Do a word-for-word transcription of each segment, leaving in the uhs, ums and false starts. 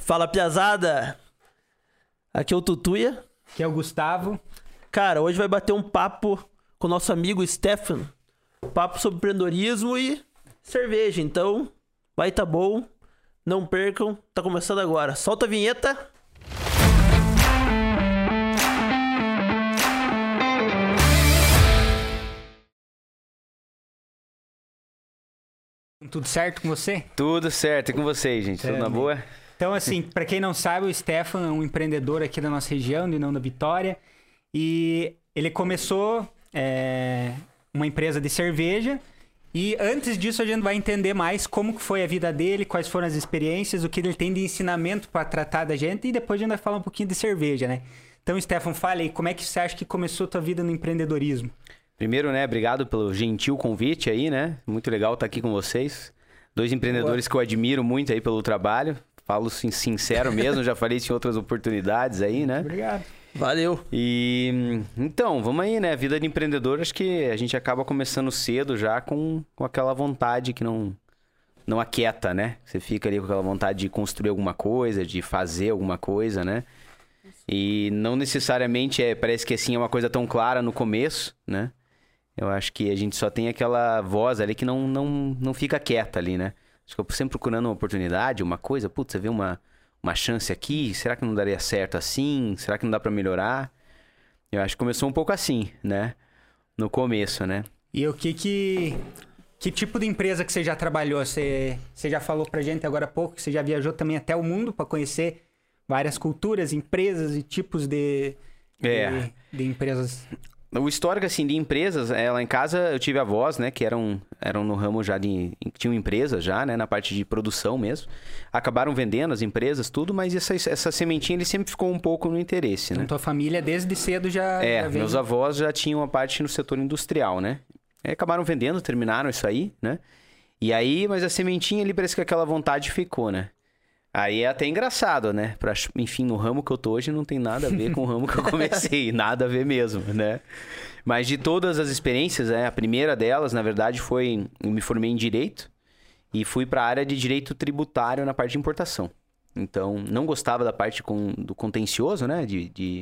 Fala, piazada! Aqui é o Tutuia. Aqui é o Gustavo. Cara, hoje vai bater um papo com o nosso amigo Stefan. Papo sobre empreendedorismo e cerveja. Então, vai tá bom. Não percam. Tá começando agora. Solta a vinheta. Tudo certo com você? Tudo certo. E com vocês, gente? Tudo na boa? Então, assim, pra quem não sabe, o Stefan é um empreendedor aqui da nossa região, de não da Vitória. E ele começou é, uma empresa de cerveja. E antes disso, a gente vai entender mais como que foi a vida dele, quais foram as experiências, o que ele tem de ensinamento para tratar da gente. E depois a gente vai falar um pouquinho de cerveja, né? Então, Stefan, fala aí, como é que você acha que começou a tua vida no empreendedorismo? Primeiro, né, obrigado pelo gentil convite aí, né? Muito legal estar aqui com vocês. Dois empreendedores Boa. que eu admiro muito aí pelo trabalho. Falo sim, sincero mesmo, já falei isso em outras oportunidades aí, né? Obrigado. Valeu. E então, vamos aí, né? Vida de empreendedor, acho que a gente acaba começando cedo já com, com aquela vontade que não, não aquieta, né? Você fica ali com aquela vontade de construir alguma coisa, de fazer alguma coisa, né? E não necessariamente é, parece que assim é uma coisa tão clara no começo, né? Eu acho que a gente só tem aquela voz ali que não, não, não fica quieta ali, né? Acho que eu sempre procurando uma oportunidade, uma coisa, putz, você vê uma, uma chance aqui, será que não daria certo assim? Será que não dá pra melhorar? Eu acho que começou um pouco assim, né? No começo, né? E o que que... Que tipo de empresa que você já trabalhou? Você, você já falou pra gente agora há pouco que você já viajou também até o mundo pra conhecer várias culturas, empresas e tipos de, é. de, de empresas. O histórico, assim, de empresas, é, lá em casa eu tive avós, né, que eram, eram no ramo já de... Tinham empresas já, né, na parte de produção mesmo. Acabaram vendendo as empresas, tudo, mas essa, essa sementinha, ele sempre ficou um pouco no interesse, então, né? tua família, desde cedo, já... É, já vem... meus avós já tinham a parte no setor industrial, né? E acabaram vendendo, terminaram isso aí, né? E aí, mas a sementinha ali, parece que aquela vontade ficou, né? Aí é até engraçado, né? Pra, enfim, no ramo que eu tô hoje não tem nada a ver com o ramo que eu comecei. Nada a ver mesmo, né? Mas de todas as experiências, né? A primeira delas, na verdade, foi... Eu me formei em Direito e fui para a área de Direito Tributário na parte de importação. Então, não gostava da parte com, do contencioso, né? De, de,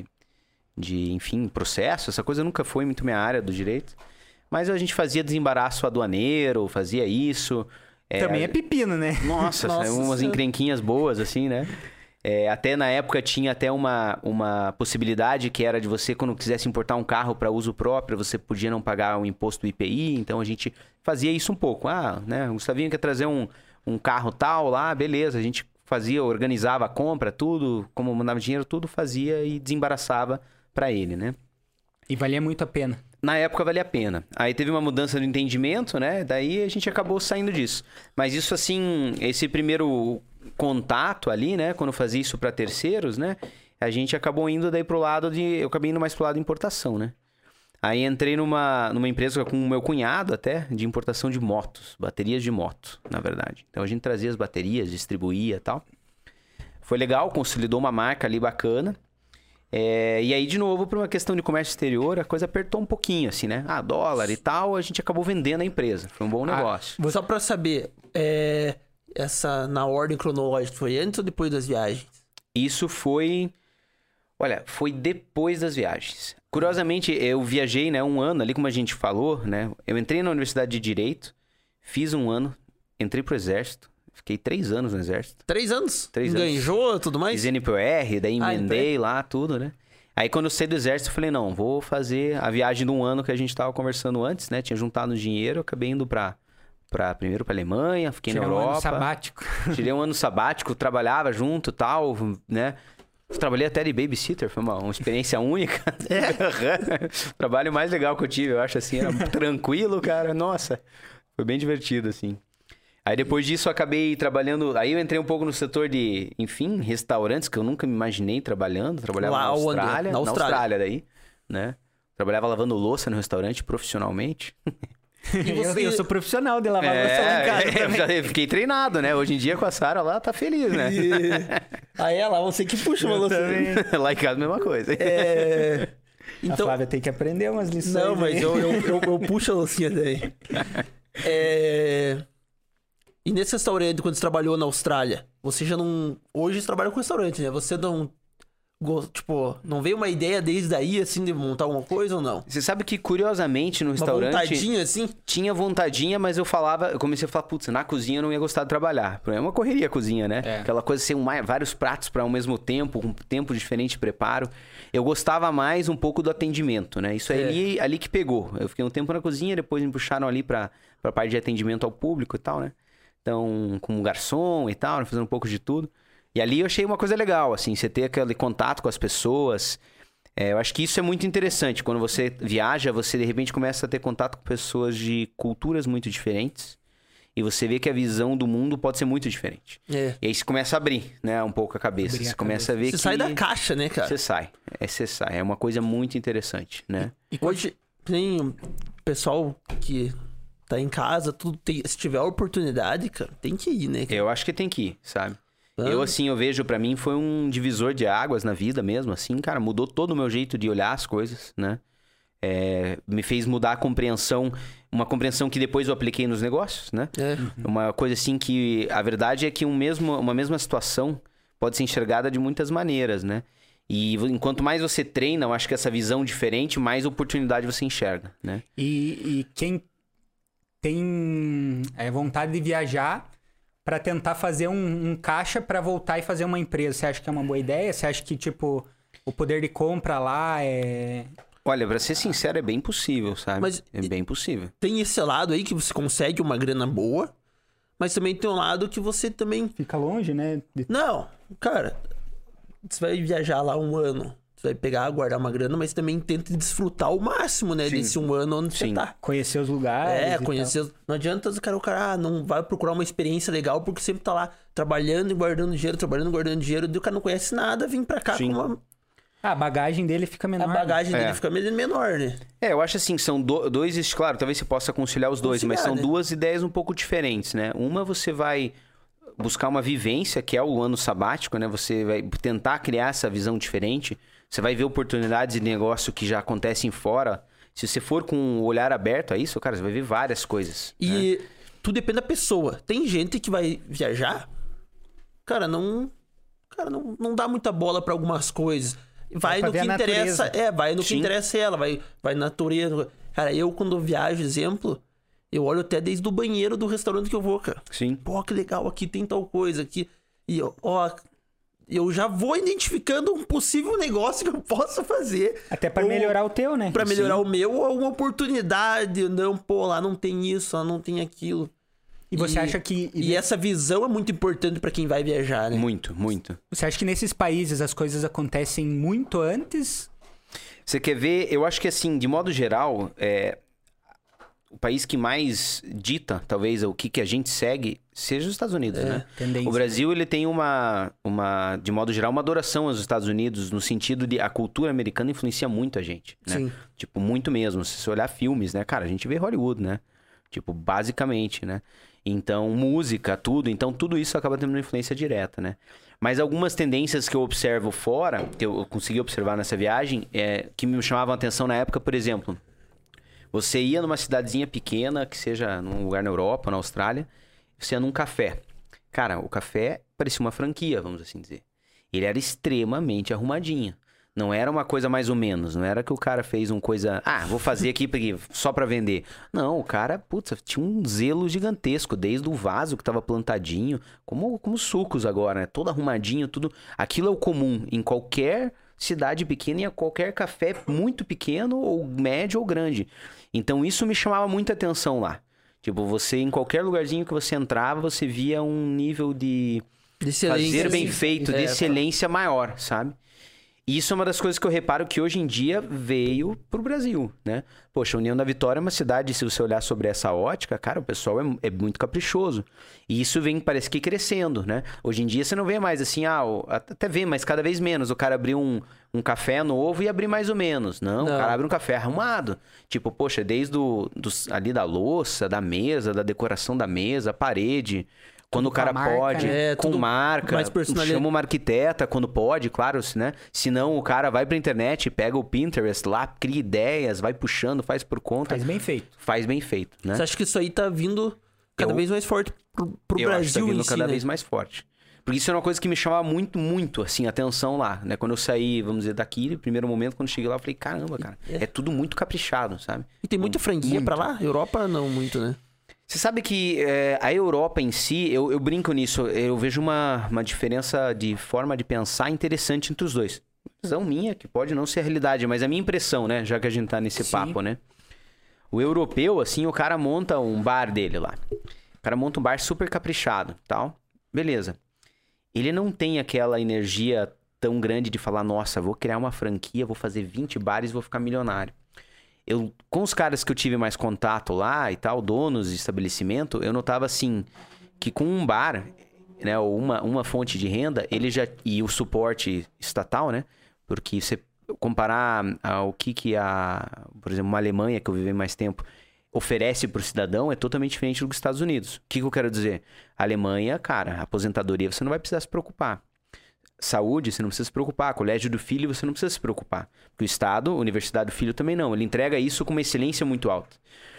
de, enfim, processo. Essa coisa nunca foi muito minha área do Direito. Mas a gente fazia desembaraço aduaneiro, fazia isso... É, também é pepino, né? Nossa, Nossa umas encrenquinhas boas, assim, né? É, até na época tinha até uma, uma possibilidade que era de você, quando quisesse importar um carro para uso próprio, você podia não pagar o imposto do I P I. Então a gente fazia isso um pouco. Ah, né? O Gustavinho quer trazer um, um carro tal lá, beleza. A gente fazia, organizava a compra, tudo, como mandava dinheiro, tudo fazia e desembaraçava para ele, né? E valia muito a pena. Na época valia a pena. Aí teve uma mudança do entendimento, né? Daí a gente acabou saindo disso. Mas isso assim, esse primeiro contato ali, né? Quando eu fazia isso para terceiros, né? A gente acabou indo daí pro lado de... Eu acabei indo mais pro lado de importação, né? Aí entrei numa, numa empresa com o meu cunhado até, de importação de motos. Baterias de moto, na verdade. Então a gente trazia as baterias, distribuía e tal. Foi legal, consolidou uma marca ali bacana. É, e aí, de novo, por uma questão de comércio exterior, a coisa apertou um pouquinho, assim, né? Ah, dólar e tal, a gente acabou vendendo a empresa. Foi um bom negócio. Ah, só pra saber, é, essa na ordem cronológica, foi antes ou depois das viagens? Isso foi... Olha, foi depois das viagens. Curiosamente, eu viajei, né, um ano ali, como a gente falou, né? Eu entrei na Universidade de Direito, fiz um ano, entrei pro Exército. Fiquei três anos no Exército. Três anos? Três Enganjou anos. tudo mais? Fiz N P O R, daí emendei ah, lá, tudo, né? Aí quando eu saí do Exército, eu falei, não, vou fazer a viagem de um ano que a gente tava conversando antes, né? Tinha juntado dinheiro, acabei indo pra... pra primeiro pra Alemanha, fiquei Tirei na Europa. um ano sabático. Tirei um ano sabático, trabalhava junto e tal, né? Trabalhei até de babysitter, foi uma, uma experiência única. É. Trabalho mais legal que eu tive, eu acho assim, era tranquilo, cara. Nossa, foi bem divertido, assim. Aí depois disso eu acabei trabalhando... Aí eu entrei um pouco no setor de, enfim, restaurantes, que eu nunca me imaginei trabalhando. Trabalhava Lá, na Austrália. na Austrália. Na Austrália daí, né? Trabalhava lavando louça no restaurante profissionalmente. E você... eu, eu sou profissional de lavar é, louça lá em casa. Eu já fiquei treinado, né? Hoje em dia com a Sara lá, tá feliz, né? E... Aí é lá, você que puxa uma louça. Lá em casa, mesma coisa. É... Então... A Flávia tem que aprender umas lições. Não, mas eu, eu, eu, eu puxo a loucinha daí. É... E nesse restaurante, quando você trabalhou na Austrália, você já não... Hoje você trabalha com restaurante, né? Você não... Tipo, não veio uma ideia desde aí, assim, de montar alguma coisa ou não? Você sabe que, curiosamente, no restaurante... Uma vontadinha, assim? Tinha vontadinha, mas eu falava... Eu comecei a falar, putz, na cozinha eu não ia gostar de trabalhar. É uma correria a cozinha, né? É. Aquela coisa de ser um, vários pratos para ao mesmo tempo, com tempo diferente de preparo. Eu gostava mais um pouco do atendimento, né? Isso aí É. ali, ali que pegou. Eu fiquei um tempo na cozinha, depois me puxaram ali pra, pra parte de atendimento ao público e tal, né? Então, como garçom e tal, né? Fazendo um pouco de tudo. E ali eu achei uma coisa legal, assim, você ter aquele contato com as pessoas. É, eu acho que isso é muito interessante. Quando você viaja, você de repente começa a ter contato com pessoas de culturas muito diferentes. E você vê que a visão do mundo pode ser muito diferente. É. E aí você começa a abrir, né, um pouco a cabeça. Abrir a Você começa a ver Você que... sai da caixa, né, cara? Você sai. É, você sai. É uma coisa muito interessante, né? E hoje, tem o pessoal que tá em casa, tudo tem... se tiver a oportunidade, cara, tem que ir, né? Eu acho que tem que ir, sabe? Ah. Eu, assim, eu vejo, pra mim, foi um divisor de águas na vida mesmo, assim, cara, mudou todo o meu jeito de olhar as coisas, né? É, me fez mudar a compreensão, uma compreensão que depois eu apliquei nos negócios, né? É. Uma coisa assim que, a verdade é que um mesmo, uma mesma situação pode ser enxergada de muitas maneiras, né? E enquanto mais você treina, eu acho que essa visão diferente, mais oportunidade você enxerga, né? E, e quem tem é, vontade de viajar para tentar fazer um, um caixa para voltar e fazer uma empresa, você acha que é uma boa ideia? Você acha que, tipo, o poder de compra lá é... Olha, pra ser sincero, é bem possível, sabe? Mas- é bem possível. Tem esse lado aí que você consegue uma grana boa, mas também tem um lado que você também... Fica longe, né? De- Não, cara, você vai viajar lá um ano, você vai pegar, guardar uma grana, mas também tenta desfrutar o máximo, né, Sim. desse um ano onde Sim. você tá. Conhecer os lugares. É, e conhecer. os- Não adianta o cara, o cara ah, não vai procurar uma experiência legal porque sempre tá lá trabalhando e guardando dinheiro, trabalhando e guardando dinheiro, e o cara não conhece nada, vem pra cá Sim. com uma. tal. Ah, a bagagem dele fica menor. A bagagem É. dele fica meio menor, né? É, eu acho assim, são do- dois, claro, talvez você possa conciliar os dois, mas Conciliar, são né? duas ideias um pouco diferentes, né? Uma você vai buscar uma vivência, que é o ano sabático, né? Você vai tentar criar essa visão diferente, você vai ver oportunidades de negócio que já acontecem fora. Se você for com o olhar aberto a isso, cara, você vai ver várias coisas. né? E tudo depende da pessoa. Tem gente que vai viajar, cara, não. Cara, não, não dá muita bola pra algumas coisas. Vai pra no ver que a interessa. natureza. É, vai no que Sim. interessa ela, vai, vai na natureza. Cara, eu quando viajo, exemplo, eu olho até desde o banheiro do restaurante que eu vou, cara. Sim. Pô, que legal, aqui tem tal coisa, aqui. E, ó, eu já vou identificando um possível negócio que eu possa fazer. Até pra Ou melhorar o teu, né? Pra Sim. melhorar o meu, ou uma oportunidade. Não, pô, lá não tem isso, lá não tem aquilo. E você acha que... E essa visão é muito importante pra quem vai viajar, né? Muito, muito. Você acha que nesses países as coisas acontecem muito antes? Você quer ver, eu acho que assim, de modo geral, é, o país que mais dita, talvez, o que, que a gente segue, seja os Estados Unidos, né? Tendência. O Brasil, ele tem uma, uma, de modo geral, uma adoração aos Estados Unidos, no sentido de a cultura americana influencia muito a gente, né? Sim. Tipo, muito mesmo. Se você olhar filmes, né? Cara, a gente vê Hollywood, né? Tipo, basicamente, né? Então, música, tudo. Então, tudo isso acaba tendo uma influência direta, né? Mas algumas tendências que eu observo fora, que eu consegui observar nessa viagem, é, que me chamavam a atenção na época, por exemplo, você ia numa cidadezinha pequena, que seja num lugar na Europa, na Austrália, você ia num café. Cara, o café parecia uma franquia, vamos assim dizer. Ele era extremamente arrumadinho. Não era uma coisa mais ou menos. Não era que o cara fez uma coisa... Ah, vou fazer aqui porque- só pra vender. Não, o cara, putz, tinha um zelo gigantesco. Desde o vaso que tava plantadinho. Como, como sucos agora, né? Todo arrumadinho, tudo... Aquilo é o comum em qualquer cidade pequena e em qualquer café muito pequeno ou médio ou grande. Então isso me chamava muita atenção lá. Tipo, você em qualquer lugarzinho que você entrava, você via um nível de... De excelência, fazer bem sim. feito, de É, excelência maior, sabe? E isso é uma das coisas que eu reparo que hoje em dia veio pro Brasil, né? Poxa, a União da Vitória é uma cidade, se você olhar sobre essa ótica, cara, o pessoal é, é muito caprichoso. E isso vem, parece que crescendo, né? Hoje em dia você não vê mais assim, ah, o- até vê, mas cada vez menos. O cara abrir um, um café novo e abrir mais ou menos. Não, Não. o cara abre um café arrumado. Tipo, poxa, desde o, dos, ali da louça, da mesa, da decoração da mesa, a parede... Quando o com cara a marca, pode, né? É, com tudo marca, mais personali- chama uma arquiteta quando pode, claro, se, né? Senão o cara vai pra internet, pega o Pinterest lá, cria ideias, vai puxando, faz por conta. Faz bem feito. Faz bem feito, né? Você acha que isso aí tá vindo cada eu, vez mais forte pro, pro eu Brasil acho que tá vindo em si, cada né? vez mais forte. Porque isso é uma coisa que me chamava muito, muito, assim, atenção lá, né? Quando eu saí, vamos dizer, daqui, no primeiro momento, quando eu cheguei lá, eu falei, caramba, cara, É. é tudo muito caprichado, sabe? E tem muita franquia Muito. pra lá? Europa não muito, né? Você sabe que é, a Europa em si, eu, eu brinco nisso, eu vejo uma, uma diferença de forma de pensar interessante entre os dois. Visão minha, que pode não ser a realidade, mas a minha impressão, né? Já que a gente tá nesse Sim. papo, né? O europeu, assim, o cara monta um bar dele lá. O cara monta um bar super caprichado, tal. Beleza. Ele não tem aquela energia tão grande de falar, nossa, vou criar uma franquia, vou fazer vinte bares e vou ficar milionário. Eu, com os caras que eu tive mais contato lá e tal, donos de estabelecimento, eu notava assim, que com um bar, né, ou uma, uma fonte de renda, ele já, e o suporte estatal, né, porque você comparar ao que que a, por exemplo, uma Alemanha, que eu vivi mais tempo, oferece para o cidadão é totalmente diferente do que os Estados Unidos. O que, que eu quero dizer? A Alemanha, cara, aposentadoria você não vai precisar se preocupar. Saúde, você não precisa se preocupar. Colégio do filho, você não precisa se preocupar. Porque o Estado, Universidade do filho também não. Ele entrega isso com uma excelência muito alta.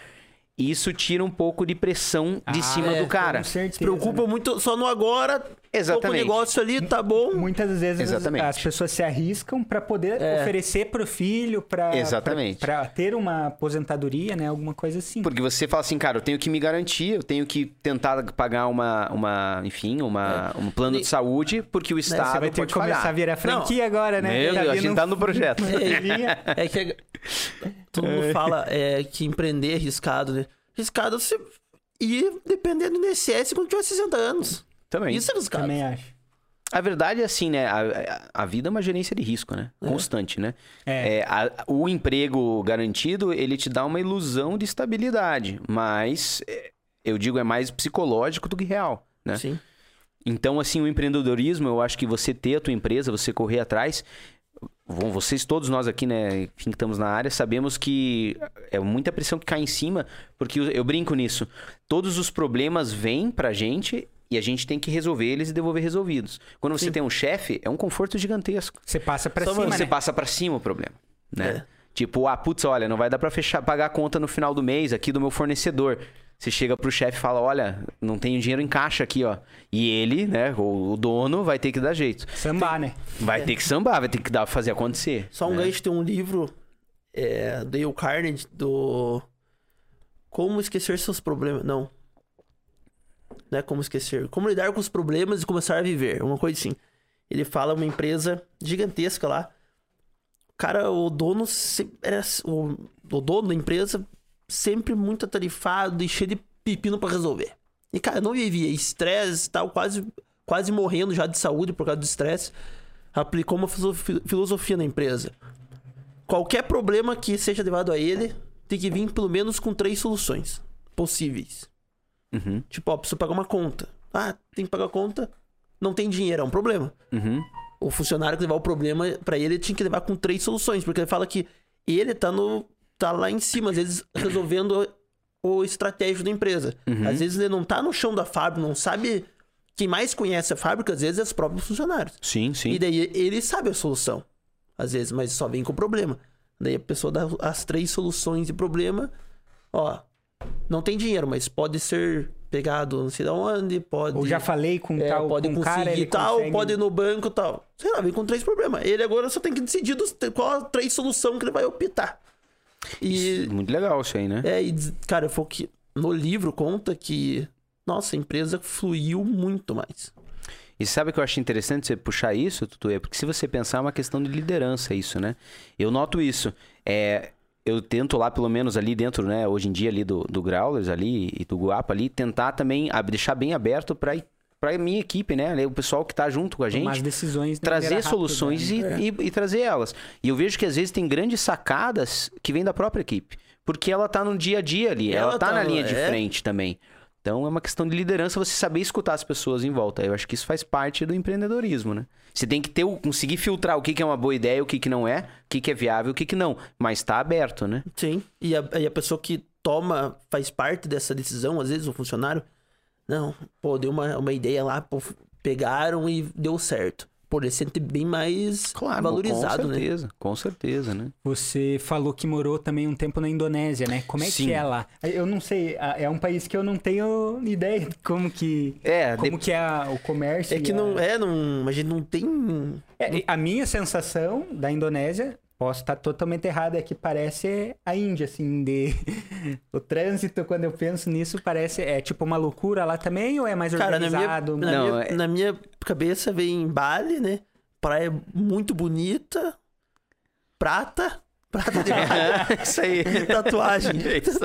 E isso tira um pouco de pressão de Ah, cima é, do cara. Com certeza. Se preocupa muito só no agora. Exatamente. O negócio ali tá bom. Muitas vezes as, Exatamente. as pessoas se arriscam para poder É. oferecer pro filho, para Exatamente. para ter uma aposentadoria, né, alguma coisa assim. Porque você fala assim, cara, eu tenho que me garantir, eu tenho que tentar pagar uma, uma enfim, uma, um plano de saúde, porque o Estado Você vai ter pode que começar falhar. a virar franquia agora, né? Meu Tá Deus, a vindo gente tá no projeto. linha. É que todo mundo fala é, que empreender é arriscado, né? Arriscado você ir dependendo do I N S S quando tiver sessenta anos. Também. Isso é arriscado. Também acho. A verdade é assim, né? A, a vida é uma gerência de risco, né? Constante, né? É. É, a- o emprego garantido, ele te dá uma ilusão de estabilidade. Mas, é, eu digo, é mais psicológico do que real, né? Sim. Então, assim, o empreendedorismo, eu acho que você ter a tua empresa, você correr atrás... Bom, vocês, todos nós aqui, né, enfim, que estamos na área, sabemos que é muita pressão que cai em cima, porque eu, eu brinco nisso. Todos os problemas vêm pra gente e a gente tem que resolver eles e devolver resolvidos. Quando você Sim. tem um chefe, é um conforto gigantesco. Você passa pra Só cima, Você né? passa pra cima o problema, né? É. Tipo, ah, putz, olha, não vai dar pra fechar, pagar a conta no final do mês aqui do meu fornecedor. Você chega pro chefe e fala, olha, não tenho dinheiro em caixa aqui, ó. E ele, né, o, o dono, vai ter que dar jeito. Sambar, né? Vai ter que sambar, vai ter que dar, fazer acontecer. Só um né? gancho, tem um livro é, do Dale Carnegie do Como Esquecer Seus Problemas. Não. Não é Como Esquecer. Como Lidar com os Problemas e Começar a Viver. Uma coisa assim. Ele fala uma empresa gigantesca lá. Cara, o dono se- era o, o dono da empresa sempre muito atarefado e cheio de pepino pra resolver. E, cara, não vivia estresse e tal, quase, quase morrendo já de saúde por causa do estresse. Aplicou uma filosofi- filosofia na empresa. Qualquer problema que seja levado a ele, tem que vir pelo menos com três soluções possíveis. Uhum, Tipo, ó, preciso pagar uma conta. Ah, tem que pagar a conta, não tem dinheiro, é um problema. uhum. O funcionário que levar o problema pra ele, ele tinha que levar com três soluções, porque ele fala que ele tá no tá lá em cima, às vezes resolvendo o estratégico da empresa. Às vezes ele não tá no chão da fábrica, não sabe. Quem mais conhece a fábrica, às vezes, é os próprios funcionários. Sim, sim. E daí ele sabe a solução, às vezes, mas só vem com o problema. Daí a pessoa dá as três soluções de problema. Ó, não tem dinheiro, mas pode ser pegado não sei de onde, pode... Ou já falei com É, tal, pode com um conseguir cara, ele tal, consegue... pode ir no banco e tal. Sei lá, vem com três problemas. Ele agora só tem que decidir dos, qual a três soluções que ele vai optar. E, Muito legal isso aí, né? é, e, diz- cara, foi que no livro conta que, nossa, a empresa fluiu muito mais. E sabe o que eu acho interessante você puxar isso, Tutu? É porque se você pensar, é uma questão de liderança isso, né? Eu noto isso. É, eu tento lá, pelo menos ali dentro, né? Hoje em dia ali do, do Growlers ali e do Guapa ali, tentar também ab- deixar bem aberto pra, pra minha equipe, né? O pessoal que tá junto com a gente. Tomar as decisões de Trazer maneira rápida, soluções né? e, e- e trazer elas. E eu vejo que às vezes tem grandes sacadas que vêm da própria equipe. Porque ela tá no dia a dia ali, ela, Ela tá, tá na no- linha de é. frente também. Então é uma questão de liderança, você saber escutar as pessoas em volta. Eu acho que isso faz parte do empreendedorismo, né? Você tem que ter o, conseguir filtrar o que, que é uma boa ideia, o que, que não é, o que, que é viável, o que, que não. Mas tá aberto, né? Sim. E a, e a pessoa que toma, faz parte dessa decisão, às vezes o funcionário, não, pô, deu uma, uma ideia lá, pô, pegaram e deu certo. por esse ser bem mais Claro, valorizado, com né? certeza, com certeza, né? Você falou que morou também um tempo na Indonésia, né? Como é Sim. que é lá? Eu não sei, é um país que eu não tenho ideia de como que, É, como de- que é a- o comércio. É que e a- não, é, não, a gente não tem... É, a minha sensação da Indonésia, posso estar totalmente errado, é que parece a Índia, assim, de... o trânsito, quando eu penso nisso, parece... É tipo uma loucura lá também, ou é mais Cara, na minha, organizado? na, Não, minha, é- na minha cabeça vem Bali, né? Praia muito bonita, prata, prata de Bali, Isso aí. tatuagem. Isso.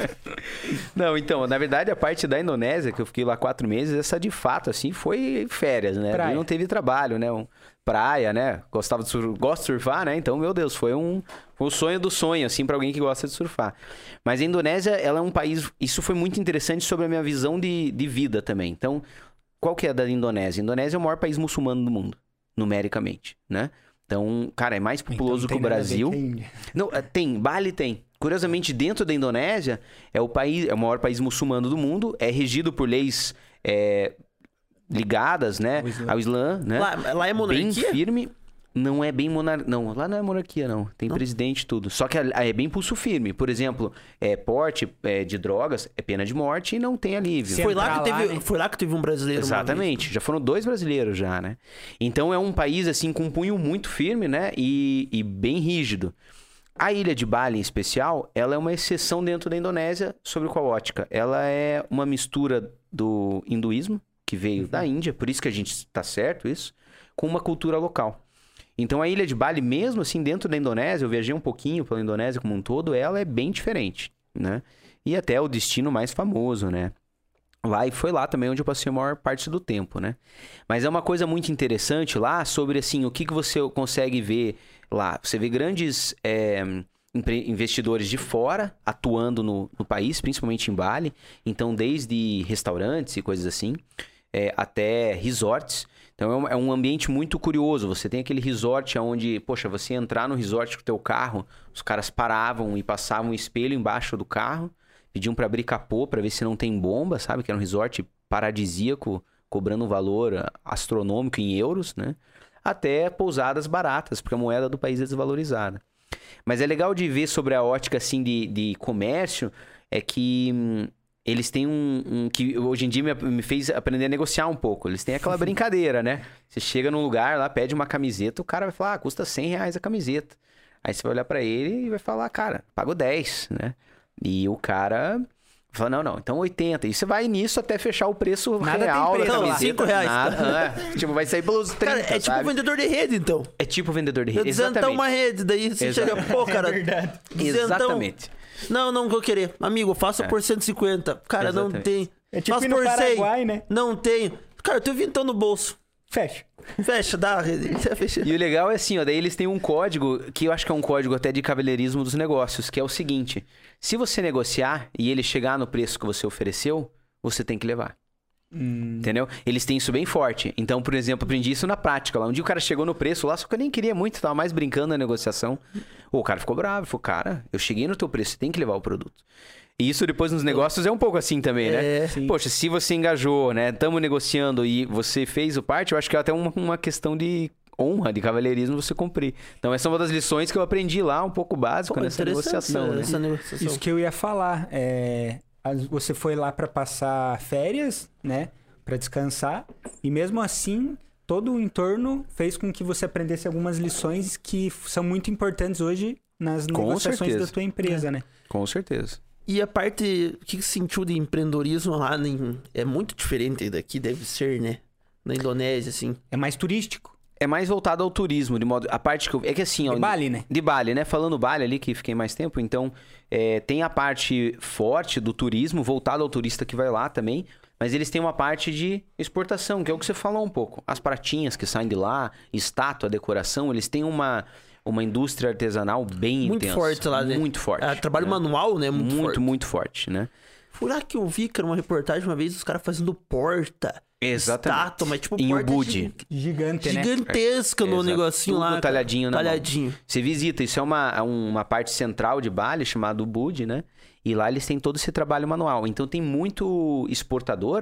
Não, então, na verdade, a parte da Indonésia, que eu fiquei lá quatro meses, essa de fato, assim, foi férias, né? Praia. Ali não teve trabalho, né? Um- praia, né? Gostava de sur... Gosto de surfar, né? Então, meu Deus, foi um, foi um sonho do sonho, assim, pra alguém que gosta de surfar. Mas a Indonésia, ela é um país... Isso foi muito interessante sobre a minha visão de, de vida também. Então, qual que é a da Indonésia? A Indonésia é o maior país muçulmano do mundo, numericamente, né? Então, cara, é mais Então, populoso não que tem o nada a ver Brasil. com a Índia. Não, é, tem, Bali tem. Curiosamente, dentro da Indonésia, é o país, é o maior país muçulmano do mundo, é regido por leis é, ligadas, né, Ao Islã. ao Islã, né? Lá, lá é Bem monarquia? firme. Não é bem monarquia. Não, lá não é monarquia, não. Tem presidente e tudo. Só que é é bem pulso firme. Por exemplo, é, porte é, de drogas é pena de morte e não tem alívio. Se Foi lá, entrar que lá, teve, né? foi lá que teve um brasileiro. uma vez. Exatamente. Já foram dois brasileiros já, né? Então é um país, assim, com um punho muito firme, né? E, e bem rígido. A ilha de Bali, em especial, ela é uma exceção dentro da Indonésia sobre qual ótica? Ela é uma mistura do hinduísmo, que veio da Índia, por isso que a gente está certo isso, com uma cultura local. Então a ilha de Bali, mesmo assim, dentro da Indonésia, eu viajei um pouquinho pela Indonésia como um todo, ela é bem diferente, né? E até o destino mais famoso, né? Lá, e foi lá também onde eu passei a maior parte do tempo, né? Mas é uma coisa muito interessante lá sobre, assim, o que, que você consegue ver lá. Você vê grandes é, empre- investidores de fora atuando no, no país, principalmente em Bali. Então, desde restaurantes e coisas assim, é, até resorts. Então, é um, é um ambiente muito curioso. Você tem aquele resort onde, poxa, você entrar no resort com o teu carro, os caras paravam e passavam um espelho embaixo do carro, pediam pra abrir capô pra ver se não tem bomba, sabe? Que era um resort paradisíaco, cobrando um valor astronômico em euros, né? Até pousadas baratas, porque a moeda do país é desvalorizada. Mas é legal de ver sobre a ótica, assim, de, de comércio, é que hum, eles têm um, um... que hoje em dia me, me fez aprender a negociar um pouco. Eles têm aquela brincadeira, né? Você chega num lugar lá, pede uma camiseta, o cara vai falar, ah, custa cem reais a camiseta. Aí você vai olhar pra ele e vai falar, cara, pago dez, né? E o cara fala, não, não, então oitenta. E você vai nisso até fechar o preço Nada real tem preço da lá. camiseta. cinco reais. Nada, é. Tipo, vai sair pelos trinta, Cara, é tipo sabe? vendedor de rede, então. É tipo vendedor de rede, Duzentão exatamente. uma rede, daí você Exato. chega, pô, cara. É verdade. duzentão. Exatamente. Não, não vou querer. Amigo, faça por cento e cinquenta. Cara, não Exatamente. tem. É tipo Faça ir no por cem. Paraguai, né? Não tem. Cara, eu tenho vintão no bolso. Fecha. Fecha, dá a rede. Fecha. E o legal é assim, ó, daí eles têm um código, que eu acho que é um código até de cavalheirismo dos negócios, que é o seguinte, se você negociar e ele chegar no preço que você ofereceu, você tem que levar. Hum. Entendeu? Eles têm isso bem forte. Então, por exemplo, aprendi isso na prática. Lá um dia o cara chegou no preço lá, só que eu nem queria muito, tava mais brincando na negociação. O cara ficou bravo, falou, cara, eu cheguei no teu preço, você tem que levar o produto. E isso depois nos negócios é um pouco assim também, né? É. Sim. Poxa, se você engajou, né? Estamos negociando e você fez o parte, eu acho que é até uma, uma questão de honra, de cavalheirismo você cumprir. Então essa é uma das lições que eu aprendi lá, um pouco básico Pô, nessa interessante negociação, essa, né? essa negociação. Isso que eu ia falar. É, as- você foi lá pra passar férias, né? Pra descansar. E mesmo assim, todo o entorno fez com que você aprendesse algumas lições que f- são muito importantes hoje nas Com negociações certeza. da tua empresa, né? Com certeza. E a parte, o que você sentiu de empreendedorismo lá em- é muito diferente daqui, deve ser, né? Na Indonésia, assim. É mais turístico. É mais voltado ao turismo, de modo... A parte que eu... É que assim, ó... De Bali, né? De Bali, né? Falando Bali ali, que fiquei mais tempo, então é, tem a parte forte do turismo, voltado ao turista que vai lá também, mas eles têm uma parte de exportação, que é o que você falou um pouco. As pratinhas que saem de lá, estátua, decoração, eles têm uma, uma indústria artesanal bem Muito intensa. forte lá, né? Muito forte. Ah, trabalho né? manual, né? Muito, Muito, forte. muito forte, né? Foi lá que eu vi, cara, uma reportagem uma vez, os caras fazendo porta. Exatamente. Estátua, mas tipo Em porta Ubud. gi- Gigante, né? gigantesca no Exato. negocinho Tudo lá. cara. talhadinho na mão. Talhadinho. Você visita, isso é uma, uma parte central de Bali, chamada Ubud, né? E lá eles têm todo esse trabalho manual. Então tem muito exportador, né?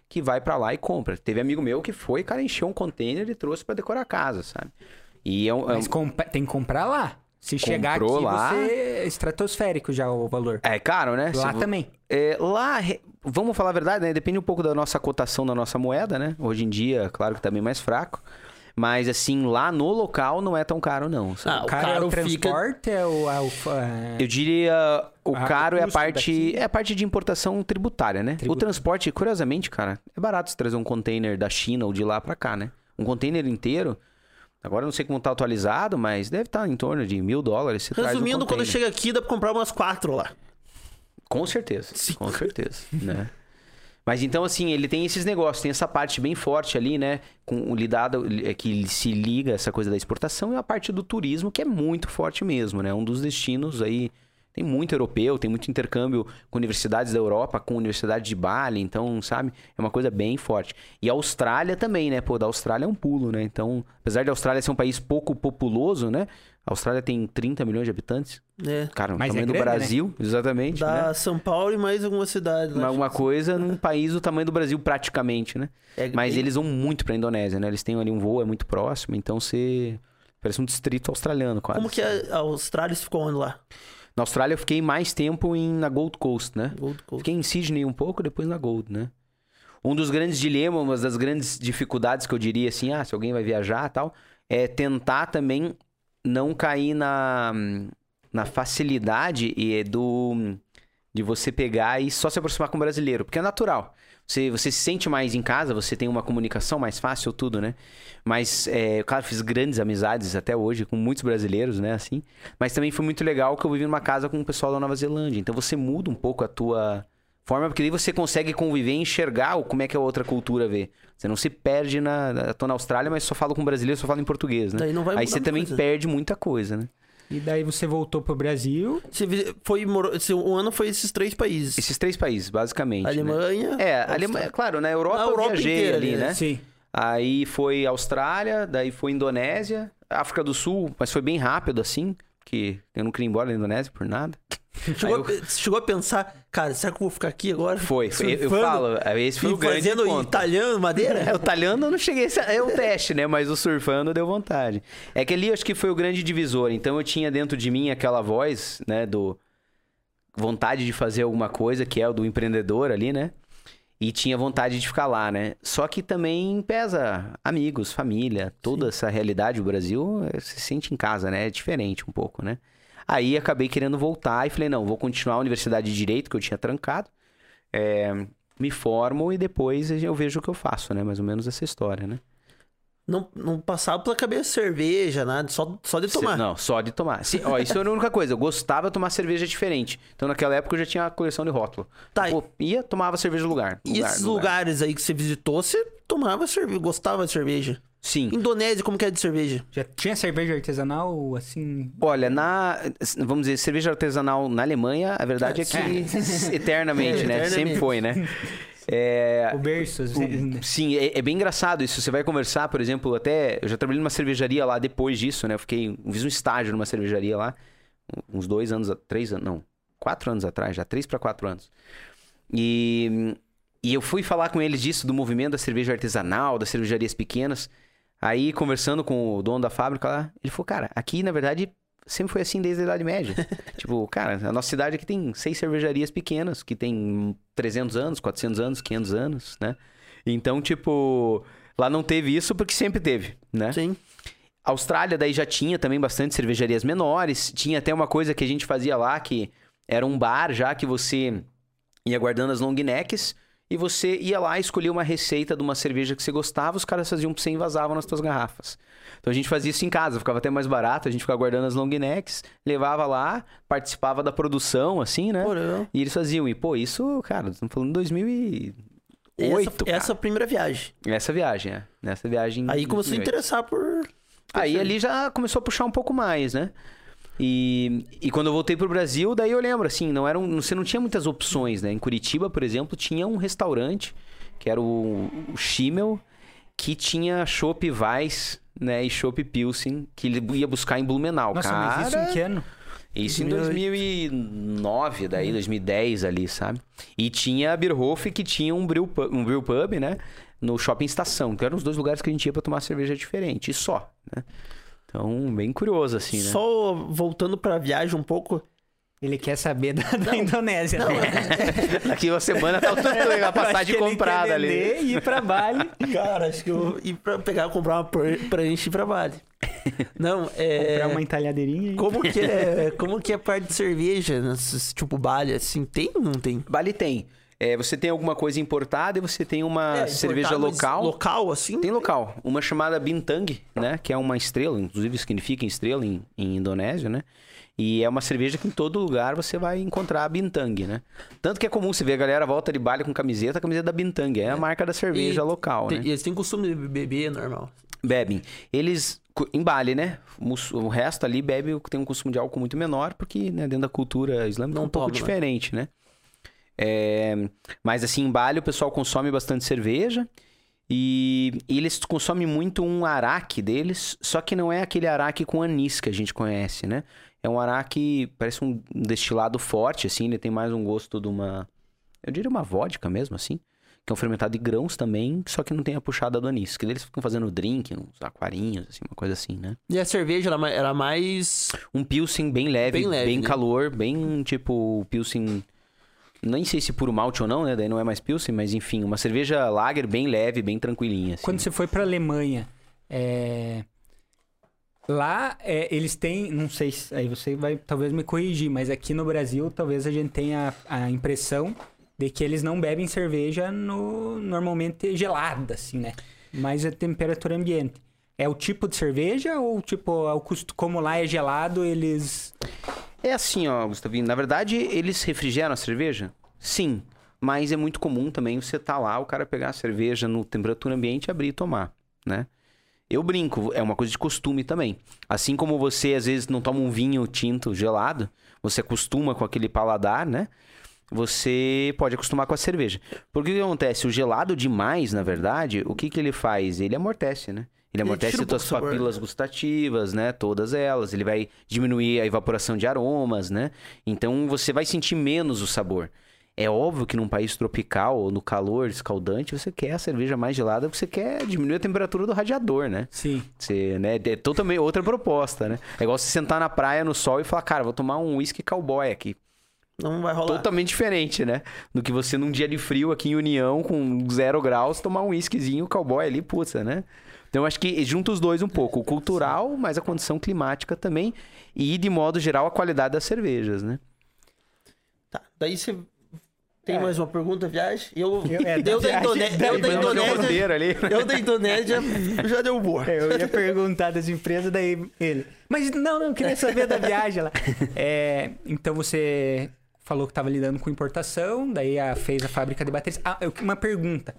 que vai pra lá e compra. Teve amigo meu que foi, cara, encheu um container e trouxe pra decorar a casa, sabe? E é um, é um... Mas compa- tem que comprar lá. Se chegar aqui, Comprou lá. você é estratosférico já o valor. É caro, né? Lá Se vo- também. É, lá, re- vamos falar a verdade, né? Depende um pouco da nossa cotação da nossa moeda, né? Hoje em dia, claro que tá bem mais fraco. Mas, assim, lá no local não é tão caro, não. sabe? Ah, O o cara é caro o fica- transporte, é o... É o é... Eu diria, o Ah, caro o é a custo parte daqui. é a parte de importação tributária, né? O Tributária. transporte, curiosamente, cara, é barato você trazer um container da China ou de lá pra cá, né? Um container inteiro, agora eu não sei como tá atualizado, mas deve estar em torno de mil dólares. Você traz um Resumindo, quando container. chega aqui, dá pra comprar umas quatro lá. Com certeza, com certeza, né? Mas então, assim, ele tem esses negócios, tem essa parte bem forte ali, né? Com o lidado, é, que se liga essa coisa da exportação e a parte do turismo, que é muito forte mesmo, né? Um dos destinos aí, tem muito europeu, tem muito intercâmbio com universidades da Europa, com a Universidade de Bali, então, sabe? É uma coisa bem forte. E a Austrália também, né? Pô, da Austrália é um pulo, né? Então, apesar da Austrália ser um país pouco populoso, né? A Austrália tem trinta milhões de habitantes. É. Cara, o Mas tamanho é do grande, Brasil, exatamente, né? Da São Paulo e mais algumas cidades. né? Uma, uma coisa num país do tamanho do Brasil, praticamente, né? É Mas bem- eles vão muito pra Indonésia, né? Eles têm ali um voo, é muito próximo, então você... Parece um distrito australiano, quase. Como que é a Austrália ficou onde lá? Na Austrália eu fiquei mais tempo em, na Gold Coast, né? Gold Coast. Fiquei em Sydney um pouco, depois na Gold, né? Um dos grandes dilemas, uma das grandes dificuldades que eu diria assim, ah, se alguém vai viajar e tal, é tentar também não cair na, na facilidade e do de você pegar e só se aproximar com o brasileiro, porque é natural. Você, você se sente mais em casa, você tem uma comunicação mais fácil, tudo, né? Mas, é, claro, fiz grandes amizades até hoje com muitos brasileiros, né? Assim. Mas também foi muito legal que eu vivi numa casa com o pessoal da Nova Zelândia. Então você muda um pouco a tua forma, porque daí você consegue conviver e enxergar o- como é que a outra cultura vê. Você não se perde na... Eu tô na Austrália, mas só falo com brasileiro, só falo em português, né? Daí não vai Aí mudar você muita também coisa. perde muita coisa, né? E daí você voltou pro Brasil. Você vi- foi, morou, esse um ano foi esses três países. Esses três países, basicamente. né? Alemanha. É, a Austrália. Alemanha, claro, na Europa, Na eu Europa viajei inteira ali, ali, né? né? Sim. Aí foi Austrália, daí foi Indonésia, África do Sul, mas foi bem rápido assim, porque eu não queria ir embora da Indonésia por nada. Chegou, Aí a pe- chegou a pensar, cara, será que eu vou ficar aqui agora? Foi, foi. Eu, eu Surfando falo, esse foi e o grande fazendo ponto. italiano, madeira? É, o italiano eu não cheguei, a- é o teste, né? Mas o surfando deu vontade. É que ali eu acho que foi o grande divisor. Então eu tinha dentro de mim aquela voz, né, do vontade de fazer alguma coisa, que é o do empreendedor ali, né? E tinha vontade de ficar lá, né? Só que também pesa amigos, família, toda essa realidade do Brasil, eh, se sente em casa, né? É diferente um pouco, né? Aí acabei querendo voltar e falei, não, vou continuar a Universidade de Direito, que eu tinha trancado. É, me formo e depois eu vejo o que eu faço, né? Mais ou menos essa história, né? Não, não passava pela cabeça cerveja, nada, só, só de tomar. Se- Não, só de tomar. Sim, ó, isso era a única coisa. Eu gostava de tomar cerveja diferente. Então, naquela época, eu já tinha a coleção de rótulo. Tá, Pô, ia, tomava cerveja no lugar. E lugar, esses lugar. lugares aí que você visitou, você tomava cerveja, gostava de cerveja. Sim. Indonésia, como que é de cerveja? Já tinha cerveja artesanal, assim... Olha, na... Vamos dizer, cerveja artesanal na Alemanha, a verdade é, que eternamente, É, né? eternamente. Sempre foi, né? É... O berço, às vezes, né? Sim, é, é bem engraçado isso. Você vai conversar, por exemplo, até... Eu já trabalhei numa cervejaria lá depois disso, né? Eu fiquei... Fiz um estágio numa cervejaria lá. Uns dois anos... a- Três anos... Não. Quatro anos atrás já. Três para quatro anos. E... E eu fui falar com eles disso, do movimento da cerveja artesanal, das cervejarias pequenas. Aí, conversando com o dono da fábrica lá, ele falou, cara, aqui, na verdade, sempre foi assim desde a Idade Média. Tipo, cara, a nossa cidade aqui tem seis cervejarias pequenas, que tem trezentos anos, quatrocentos anos, quinhentos anos, né? Então, tipo, lá não teve isso porque sempre teve, né? Sim. A Austrália daí já tinha também bastante cervejarias menores. Tinha até uma coisa que a gente fazia lá, que era um bar já que você ia guardando as long necks e você ia lá e escolhia uma receita de uma cerveja que você gostava, os caras faziam pra você e vazavam nas suas garrafas. Então a gente fazia isso em casa, ficava até mais barato, a gente ficava guardando as long necks, levava lá, participava da produção, assim, né? Porão. E eles faziam. E, pô, isso, cara, estamos falando de dois mil e oito, Essa, essa primeira viagem. Essa viagem, é. Nessa viagem... Aí começou a em dois mil e oito. interessar por... Aí ali já começou a puxar um pouco mais, né? E, e quando eu voltei pro Brasil, daí eu lembro, assim, não era um, você não tinha muitas opções, né? Em Curitiba, por exemplo, tinha um restaurante, que era o, o Schimmel, que tinha chopp Weiss, né? E chopp Pilsen, que ele ia buscar em Blumenau. Nossa, Cara, mas isso em que ano? Isso em dois mil e nove, daí, dois mil e dez ali, sabe? E tinha a Bierhof, que tinha um brew pub, um brew pub, né? No Shopping Estação, que eram os dois lugares que a gente ia pra tomar cerveja diferente, e só, né? Então, bem curioso, assim, né? Só voltando pra viagem um pouco... Ele quer saber da, da Indonésia, Não, né? Daqui uma semana tá tudo a passagem comprada ali. E ir pra Bali. Cara, acho que eu vou ir pra pegar, comprar uma pr- prancha e ir pra Bali. Não, é... Comprar uma entalhadeirinha. Como que é, como que é a parte de cerveja, nesses, tipo Bali, assim, tem ou não tem? Bali tem. É, você tem alguma coisa importada e você tem uma É, cerveja importado, mas local. Local, assim? Tem local. Uma chamada Bintang, né? Que é uma estrela, inclusive significa estrela em, em indonésio, né? E é uma cerveja que em todo lugar você vai encontrar a Bintang, né? Tanto que é comum você ver a galera volta de Bali com camiseta, a camiseta da Bintang. É a marca da cerveja E local, tem- né? Eles têm costume de beber normal. Bebem. Eles, em Bali, né? O resto ali bebe, tem um consumo de álcool muito menor, porque né, dentro da cultura islâmica é Não um pouco toma, né? diferente, né? É, mas assim, em Bali o pessoal consome bastante cerveja e, e eles consomem muito um araque deles, só que não é aquele araque com anis que a gente conhece, né? É um araque, parece um destilado forte, assim, ele tem mais um gosto de uma, eu diria uma vodka mesmo, assim, que é um fermentado de grãos também, só que não tem a puxada do anis, que eles ficam fazendo drink, uns aquarinhos, assim, uma coisa assim, né? E a cerveja era ma- era mais... Um pilsen bem leve, Bem bem, leve, né? calor, bem tipo pilsen... Nem sei se puro malte ou não, né? Daí não é mais pilsen, mas enfim, uma cerveja lager bem leve, bem tranquilinha. Assim. Quando você foi pra Alemanha, é... lá é, eles têm, não sei, se- aí você vai talvez me corrigir, mas aqui no Brasil talvez a gente tenha a, a impressão de que eles não bebem cerveja no, normalmente gelada, assim, né? Mas a temperatura ambiente. É o tipo de cerveja ou tipo, ao custo, como lá é gelado, eles... É assim, ó, Gustavinho. Na verdade, eles refrigeram a cerveja? Sim. Mas é muito comum também você tá lá, o cara pegar a cerveja no temperatura ambiente e abrir e tomar, né? Eu brinco, é uma coisa de costume também. Assim como você, às vezes, não toma um vinho tinto gelado, você acostuma com aquele paladar, né? Você pode acostumar com a cerveja. Porque o que acontece? O gelado demais, na verdade, o que que ele faz? Ele amortece, né? Ele Ele amortece tira um suas pouco o sabor, papilas gustativas, né? Todas elas. Ele vai diminuir a evaporação de aromas, né? Então, você vai sentir menos o sabor. É óbvio que num país tropical, ou no calor escaldante, você quer a cerveja mais gelada, porque você quer diminuir a temperatura do radiador, né? Sim. Você, né? É totalmente outra proposta, né? É igual você sentar na praia no sol e falar, cara, vou tomar um whisky cowboy aqui. Não vai rolar. Totalmente diferente, né? Do que você num dia de frio aqui em União, com zero graus, tomar um whiskyzinho cowboy ali, putz, né? Então, acho que junta os dois um pouco. O cultural, mas a condição climática também. E, de modo geral, a qualidade das cervejas, né? Tá, daí você... Tem É. mais uma pergunta, viagem? Eu, Eu- é, da eu, da viagem, Indone... da eu da Indonésia. Indonésia... Bandeira ali. Eu da Indonésia já deu boa. É, eu ia perguntar das empresas, daí ele... Mas não, não, eu queria saber da viagem lá. É, então, você falou que estava lidando com importação, daí a, fez a fábrica de baterias. Ah, eu- uma pergunta.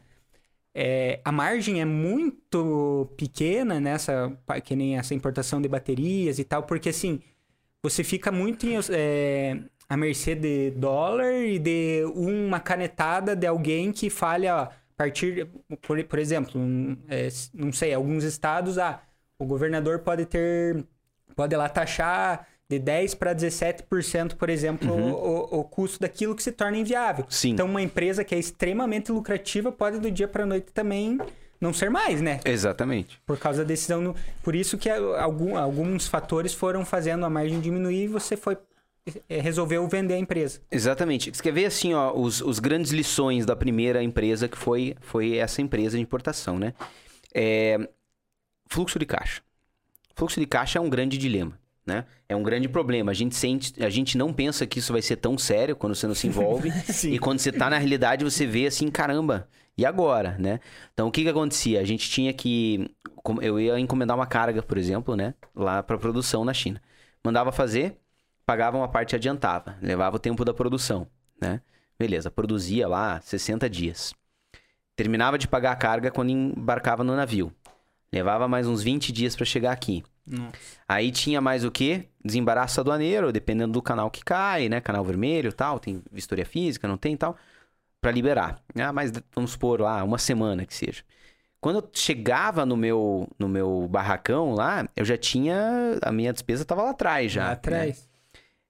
É, a margem é muito pequena nessa, que nem essa importação de baterias e tal, porque assim, você fica muito em, é, à mercê de dólar e de uma canetada de alguém que falha, ó, a partir, por, por exemplo, um, é, não sei, alguns estados, ah, o governador pode ter, pode lá taxar de dez para dezessete por cento, por exemplo, Uhum. o, o custo daquilo que se torna inviável. Sim. Então, uma empresa que é extremamente lucrativa pode do dia para noite também não ser mais, né? Exatamente. Por causa da decisão. No... Por isso que algum, alguns fatores foram fazendo a margem diminuir e você foi é, resolveu vender a empresa. Exatamente. Você quer ver, assim, ó, os, os grandes lições da primeira empresa, que foi, foi essa empresa de importação, né? É... Fluxo de caixa. Fluxo de caixa é um grande dilema. Né? É um grande problema. A gente, sente, a gente não pensa que isso vai ser tão sério quando você não se envolve. Sim. E quando você tá na realidade, você vê assim, caramba, e agora, né? Então, o que que acontecia? A gente tinha que... Eu ia encomendar uma carga, por exemplo, né? Lá pra produção na China. Mandava fazer, pagava uma parte e adiantava. Levava o tempo da produção, né? Beleza, produzia lá sessenta dias. Terminava de pagar a carga quando embarcava no navio. Levava mais uns vinte dias pra chegar aqui. Nossa. Aí tinha mais o quê? Desembaraço aduaneiro, dependendo do canal que cai, né? Canal vermelho e tal, tem vistoria física, não tem e tal, pra liberar. Ah, mas vamos supor lá, uma semana que seja. Quando eu chegava no meu, no meu barracão lá, eu já tinha... A minha despesa tava lá atrás já. Lá né? atrás.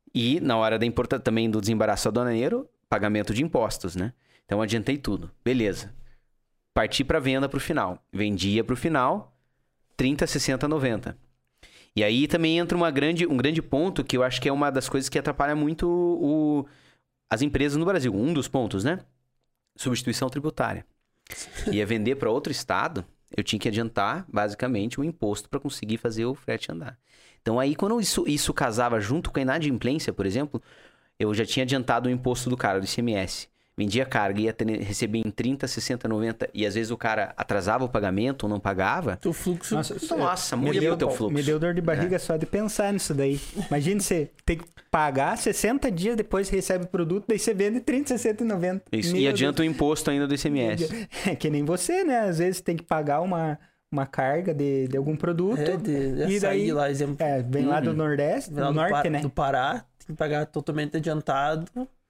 E na hora da importa também do desembaraço aduaneiro, pagamento de impostos, né? Então adiantei tudo. Beleza. Parti para venda pro final. Vendia pro final, trinta, sessenta, noventa. E aí também entra uma grande, um grande ponto que eu acho que é uma das coisas que atrapalha muito o, as empresas no Brasil. Um dos pontos, né? Substituição tributária. Ia vender para outro estado, eu tinha que adiantar, basicamente, o imposto para conseguir fazer o frete andar. Então aí, quando isso, isso casava junto com a inadimplência, por exemplo, eu já tinha adiantado o imposto do cara, do I C M S. Vendia carga, ia ter, receber em trinta, sessenta, noventa, e às vezes o cara atrasava o pagamento ou não pagava. O fluxo... Nossa, nossa morria o teu fluxo. Me deu dor de barriga é. só de pensar nisso daí. Imagina você tem que pagar sessenta dias depois recebe o produto, daí você vende trinta, sessenta e noventa. Isso, Meu e adianta Deus. o imposto ainda do I C M S. É que nem você, né? Às vezes tem que pagar uma, uma carga de, de algum produto. É, de, e daí, lá, exemplo. É, vem uhum. lá do Nordeste, do Norte, Pará, né? Do Pará, tem que pagar totalmente adiantado.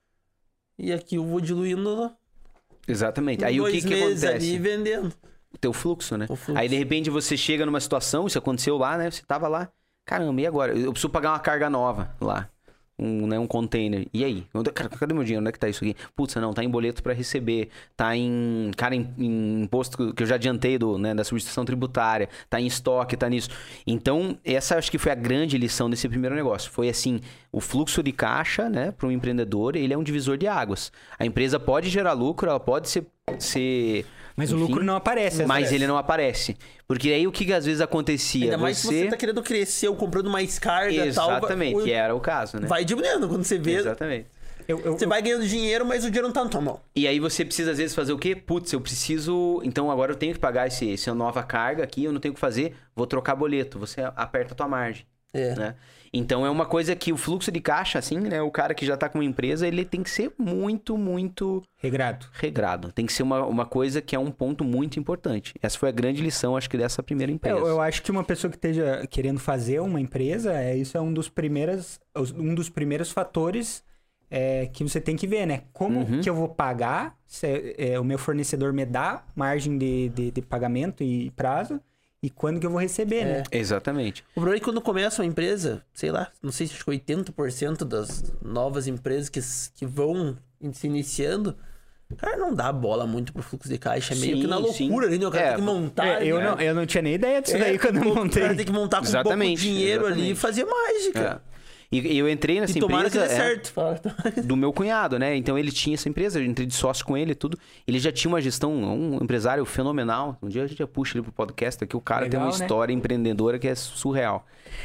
E aqui eu vou diluindo... Exatamente. Aí o que que acontece? Ali vendendo. O teu fluxo, né? O fluxo. Aí de repente você chega numa situação, isso aconteceu lá, né? Você tava lá, caramba, e agora? Eu preciso pagar uma carga nova lá. Um, né, um container. E aí? Cara, cadê meu dinheiro? Onde é que tá isso aqui? Putz, não, tá em boleto pra receber. Tá em, cara, em, em imposto que eu já adiantei do, né, da substituição tributária. Tá em estoque, tá nisso. Então, essa acho que foi a grande lição desse primeiro negócio. Foi assim, o fluxo de caixa, né, para um empreendedor, ele é um divisor de águas. A empresa pode gerar lucro, ela pode ser... ser Mas enfim, o lucro não aparece. Mas aparece. ele não aparece. Porque aí o que, que às vezes acontecia? Ainda você... mais se você tá querendo crescer ou comprando mais carga e tal. Exatamente, vai, que era o caso, né? Vai diminuindo quando você vê. Exatamente. Eu, eu, você eu... vai ganhando dinheiro, mas o dinheiro não tá na tua mão. E aí você precisa às vezes fazer o quê? Putz, eu preciso... Então agora eu tenho que pagar esse, essa nova carga aqui, eu não tenho o que fazer, vou trocar boleto. Você aperta a tua margem. É. Né? Então é uma coisa que o fluxo de caixa, assim, né? O cara que já tá com uma empresa, ele tem que ser muito, muito... Regrado. Regrado. Tem que ser uma, uma coisa que é um ponto muito importante. Essa foi a grande lição, acho que, dessa primeira empresa. Eu, eu acho que uma pessoa que esteja querendo fazer uma empresa, é, isso é um dos primeiros, um dos primeiros fatores é, que você tem que ver, né? Como uhum. que eu vou pagar? Se, é, o meu fornecedor me dá margem de, de, de pagamento e prazo? E quando que eu vou receber, é. né? Exatamente. O problema é que quando começa uma empresa, sei lá, não sei se acho que oitenta por cento das novas empresas que, que vão se iniciando, cara, não dá bola muito pro fluxo de caixa. É meio sim, que na loucura ali, né? O cara é, tem que montar. É, eu, né? não, eu não tinha nem ideia disso é, daí quando eu montei. O cara tem que montar com exatamente, pouco dinheiro exatamente. ali e fazer mágica. É. E eu entrei nessa e tomara empresa... que dê é, certo. do meu cunhado, né? Então ele tinha essa empresa, eu entrei de sócio com ele e tudo. Ele já tinha uma gestão, um empresário fenomenal. Um dia a gente já puxa ele pro podcast aqui. O cara Legal, tem uma né? história empreendedora que é surreal.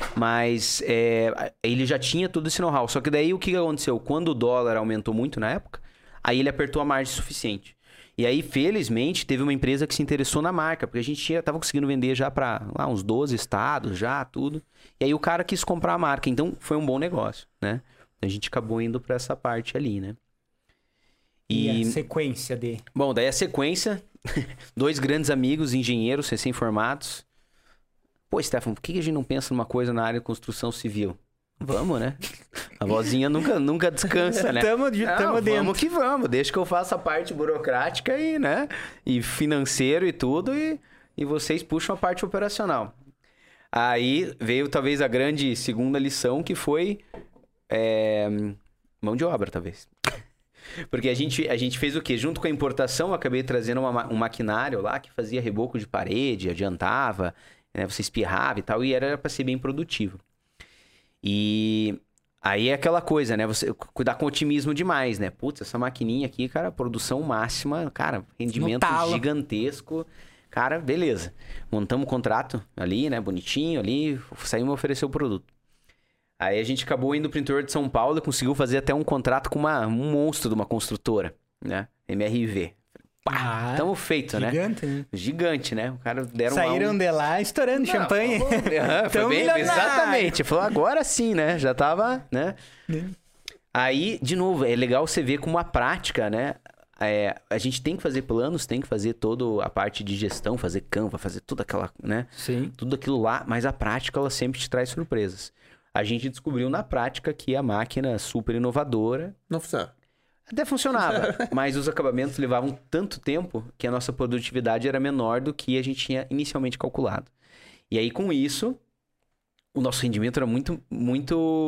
Mas é, ele já tinha todo esse know-how. Só que daí o que aconteceu? Quando o dólar aumentou muito na época, aí ele apertou a margem suficiente. E aí, felizmente, teve uma empresa que se interessou na marca, porque a gente tinha, tava conseguindo vender já para lá uns doze estados, já, tudo. E aí o cara quis comprar a marca, então foi um bom negócio, né? A gente acabou indo para essa parte ali, né? E, e a sequência de... Bom, daí a sequência, dois grandes amigos, engenheiros recém-formados. Pô, Stefano, por que a gente não pensa numa coisa na área de construção civil? Vamos, né? A vozinha nunca, nunca descansa, né? Tamo, de, não, tamo dentro. Vamos que vamos. Deixa que eu faça a parte burocrática e, né? E financeiro e tudo. E, e vocês puxam a parte operacional. Aí veio talvez a grande segunda lição, que foi é, mão de obra, talvez. Porque a gente, a gente fez o quê? Junto com a importação, eu acabei trazendo uma, um maquinário lá que fazia reboco de parede, adiantava, né? Você espirrava e tal. E era para ser bem produtivo. E aí é aquela coisa, né? Você cuidar com otimismo demais, né? Putz, essa maquininha aqui, cara, produção máxima, cara, rendimento gigantesco. Cara, beleza. Montamos o contrato ali, né? Bonitinho ali, saímos oferecer o produto. Aí a gente acabou indo pro interior de São Paulo e conseguiu fazer até um contrato com uma, um monstro de uma construtora, né? M R V. Pá, ah, tamo feito, gigante, né? né? Gigante, né? O cara deram Saíram um... de lá estourando não, champanhe. Uhum, foi bem, exatamente. Falou, agora sim, né? Já tava, né? É. Aí, de novo, é legal você ver como a prática, né? É, a gente tem que fazer planos, tem que fazer toda a parte de gestão, fazer Canva, fazer tudo aquela, né? Sim. Tudo aquilo lá, mas a prática, ela sempre te traz surpresas. A gente descobriu na prática que a máquina super inovadora... Não funciona. Até funcionava, mas os acabamentos levavam tanto tempo que a nossa produtividade era menor do que a gente tinha inicialmente calculado. E aí, com isso, o nosso rendimento era muito, muito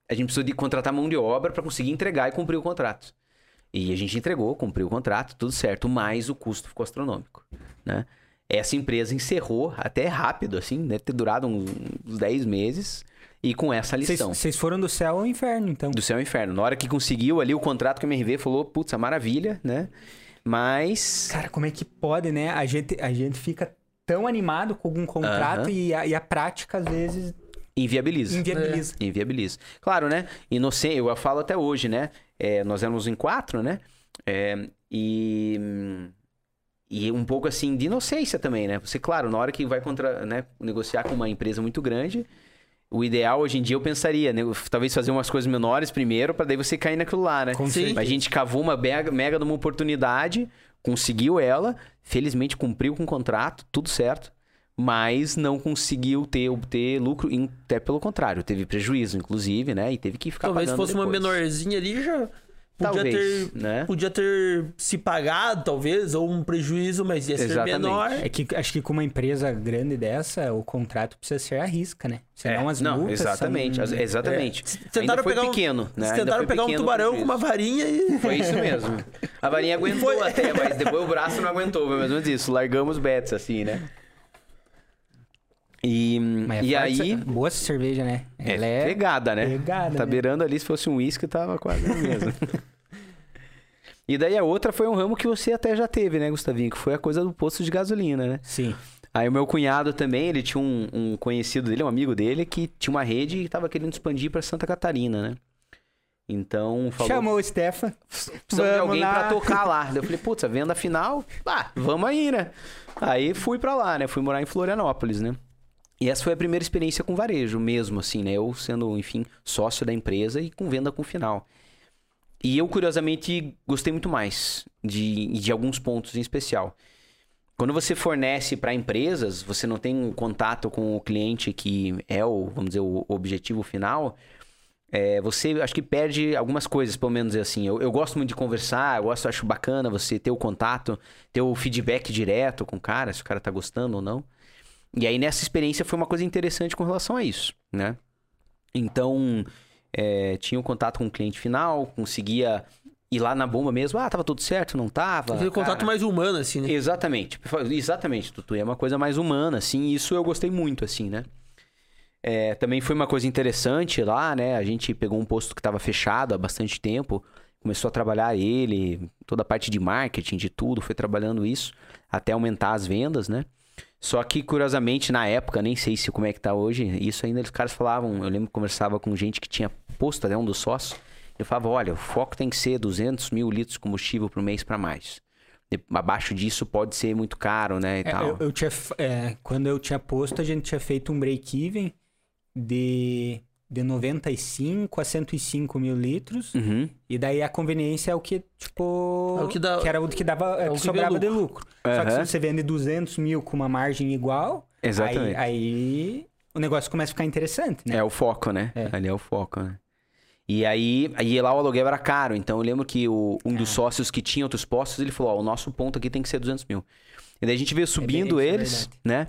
a gente precisou de contratar mão de obra para conseguir entregar e cumprir o contrato. E a gente entregou, cumpriu o contrato, tudo certo, mas o custo ficou astronômico, né? Essa empresa encerrou até rápido, assim, deve ter durado uns, uns dez meses, e com essa lição. Vocês foram do céu ao inferno, então. Do céu ao inferno. Na hora que conseguiu ali o contrato com a M R V, falou, putz, a maravilha, né? Mas... Cara, como é que pode, né? A gente, a gente fica tão animado com algum contrato Aham. e, a, e a prática, às vezes, Inviabiliza. inviabiliza. Inviabiliza. Claro, né? Inocente, eu falo até hoje, né? É, nós éramos em quatro, né? É, e... E um pouco assim de inocência também, né? Você, claro, na hora que vai contra, né, negociar com uma empresa muito grande, o ideal hoje em dia eu pensaria, né? Talvez fazer umas coisas menores primeiro, para daí você cair naquilo lá, né? Com Mas certeza. a gente cavou uma mega, mega de uma oportunidade, conseguiu ela, felizmente cumpriu com o contrato, tudo certo, mas não conseguiu ter, obter lucro, até pelo contrário, teve prejuízo, inclusive, né? E teve que ficar Talvez pagando fosse uma depois. menorzinha ali, já podia, Talvez, ter, né? podia ter se pagado, talvez, ou um prejuízo, mas ia ser Exatamente. menor. É que acho que com uma empresa grande dessa, o contrato precisa ser à risca, né? Senão as não, multas exatamente, são... as- exatamente. É. Ainda Tentaram foi pegar um- pequeno, né? Eles Ainda tentaram foi pegar um pequeno o tubarão com prejuízo. uma varinha e... Foi isso mesmo. A varinha aguentou Foi. até, mas depois o braço não aguentou. Foi mais ou menos isso. Largamos bets, assim, né? E, Mas é e forte aí... essa- boa essa cerveja, né? É, Ela é pegada, né? pegada, Tá né? beirando ali, se fosse um uísque, tava quase na mesma. E daí a outra foi um ramo que você até já teve, né, Gustavinho? Que foi a coisa do posto de gasolina, né? Sim. Aí o meu cunhado também, ele tinha um, um conhecido dele, um amigo dele, que tinha uma rede e tava querendo expandir pra Santa Catarina, né? Então, falou... Chamou o Stefan. Precisamos de Vamos alguém lá. pra tocar lá. Daí eu falei, putz, a venda final, ah, vamos aí, né? Aí fui pra lá, né? Fui morar em Florianópolis, né? E essa foi a primeira experiência com varejo mesmo, assim, né? Eu sendo, enfim, sócio da empresa e com venda com final. E eu, curiosamente, gostei muito mais de, de alguns pontos em especial. Quando você fornece para empresas, você não tem um contato com o cliente que é o, vamos dizer, o objetivo final, é, você acho que perde algumas coisas, pelo menos assim. Eu, eu gosto muito de conversar, eu gosto, acho bacana você ter o contato, ter o feedback direto com o cara, se o cara tá gostando ou não. E aí, nessa experiência, foi uma coisa interessante com relação a isso, né? Então, é, tinha um contato com o cliente final, conseguia ir lá na bomba mesmo. Ah, tava tudo certo, não tava? Aquele contato Cara, mais humano, assim, né? Exatamente. Exatamente, Tutu. É uma coisa mais humana, assim. E isso eu gostei muito, assim, né? É, também foi uma coisa interessante lá, né? A gente pegou um posto que estava fechado há bastante tempo. Começou a trabalhar ele, toda a parte de marketing, de tudo. Foi trabalhando isso até aumentar as vendas, né? Só que, curiosamente, na época, nem sei se como é que tá hoje, isso ainda os caras falavam, eu lembro que conversava com gente que tinha posto, até um dos sócios, eu falava, olha, o foco tem que ser duzentos mil litros de combustível por mês para mais. De- Abaixo disso pode ser muito caro, né, e É, tal. eu, eu tinha, f- é, quando eu tinha posto, a gente tinha feito um break-even de, de noventa e cinco a cento e cinco mil litros. Uhum. E daí a conveniência é o que, tipo... É o que dá- era o que dava, é é o o que que sobrava vê de lucro. Só que Aham. se você vende duzentos mil com uma margem igual, Exatamente. aí, aí o negócio começa a ficar interessante, né? É o foco, né? É. Ali é o foco, né? E aí, aí lá o aluguel era caro. Então eu lembro que o, um dos Ah. sócios que tinha outros postos, ele falou, ó, o nosso ponto aqui tem que ser duzentos mil. E daí a gente veio subindo isso é eles, verdade. né?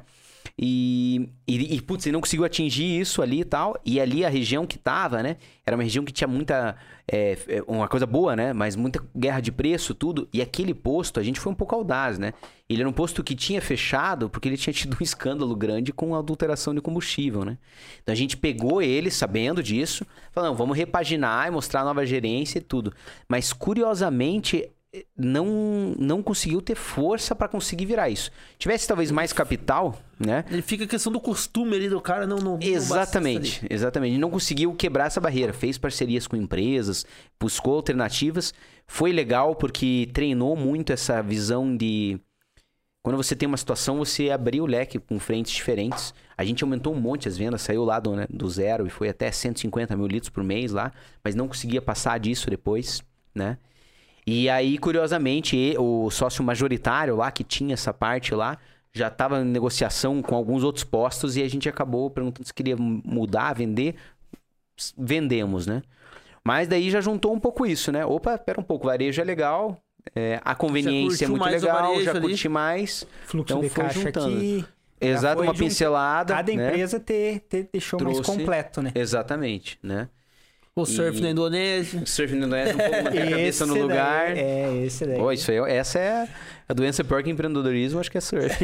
E, e, e, putz, ele não conseguiu atingir isso ali e tal. E ali a região que tava, né? Era uma região que tinha muita... é, é, uma coisa boa, né? Mas muita guerra de preço, tudo. E aquele posto, a gente foi um pouco audaz, né? Ele era um posto que tinha fechado porque ele tinha tido um escândalo grande com adulteração de combustível, né? Então a gente pegou ele, sabendo disso, falando, vamos repaginar e mostrar a nova gerência e tudo. Mas, curiosamente, não, não conseguiu ter força para conseguir virar isso. Tivesse talvez mais capital, né? Ele fica a questão do costume ali do cara, não... não não Exatamente, basta exatamente. Ele não conseguiu quebrar essa barreira. Fez parcerias com empresas, buscou alternativas. Foi legal porque treinou muito essa visão de... Quando você tem uma situação, você abrir o leque com frentes diferentes. A gente aumentou um monte as vendas, saiu lá do, né, do zero e foi até cento e cinquenta mil litros por mês lá, mas não conseguia passar disso depois, né? E aí, curiosamente, e- o sócio majoritário lá, que tinha essa parte lá, já estava em negociação com alguns outros postos e a gente acabou perguntando se queria mudar, vender. S- Vendemos, né? Mas daí já juntou um pouco isso, né? Opa, pera um pouco, varejo é legal, é, a conveniência é curtiu muito mais o legal, varejo já ali. curti mais. Fluxo Então de foi caixa juntando. aqui... já Exato, foi uma junto- pincelada. Cada né? empresa te, te deixou mais Trouxe- completo, né? Exatamente, né? O surf E- na Indonésia. Surf na Indonésia, um pouco manter a cabeça no Esse lugar. daí, é, esse daí. Pô, isso aí, essa é a doença pior que empreendedorismo, acho que é surf.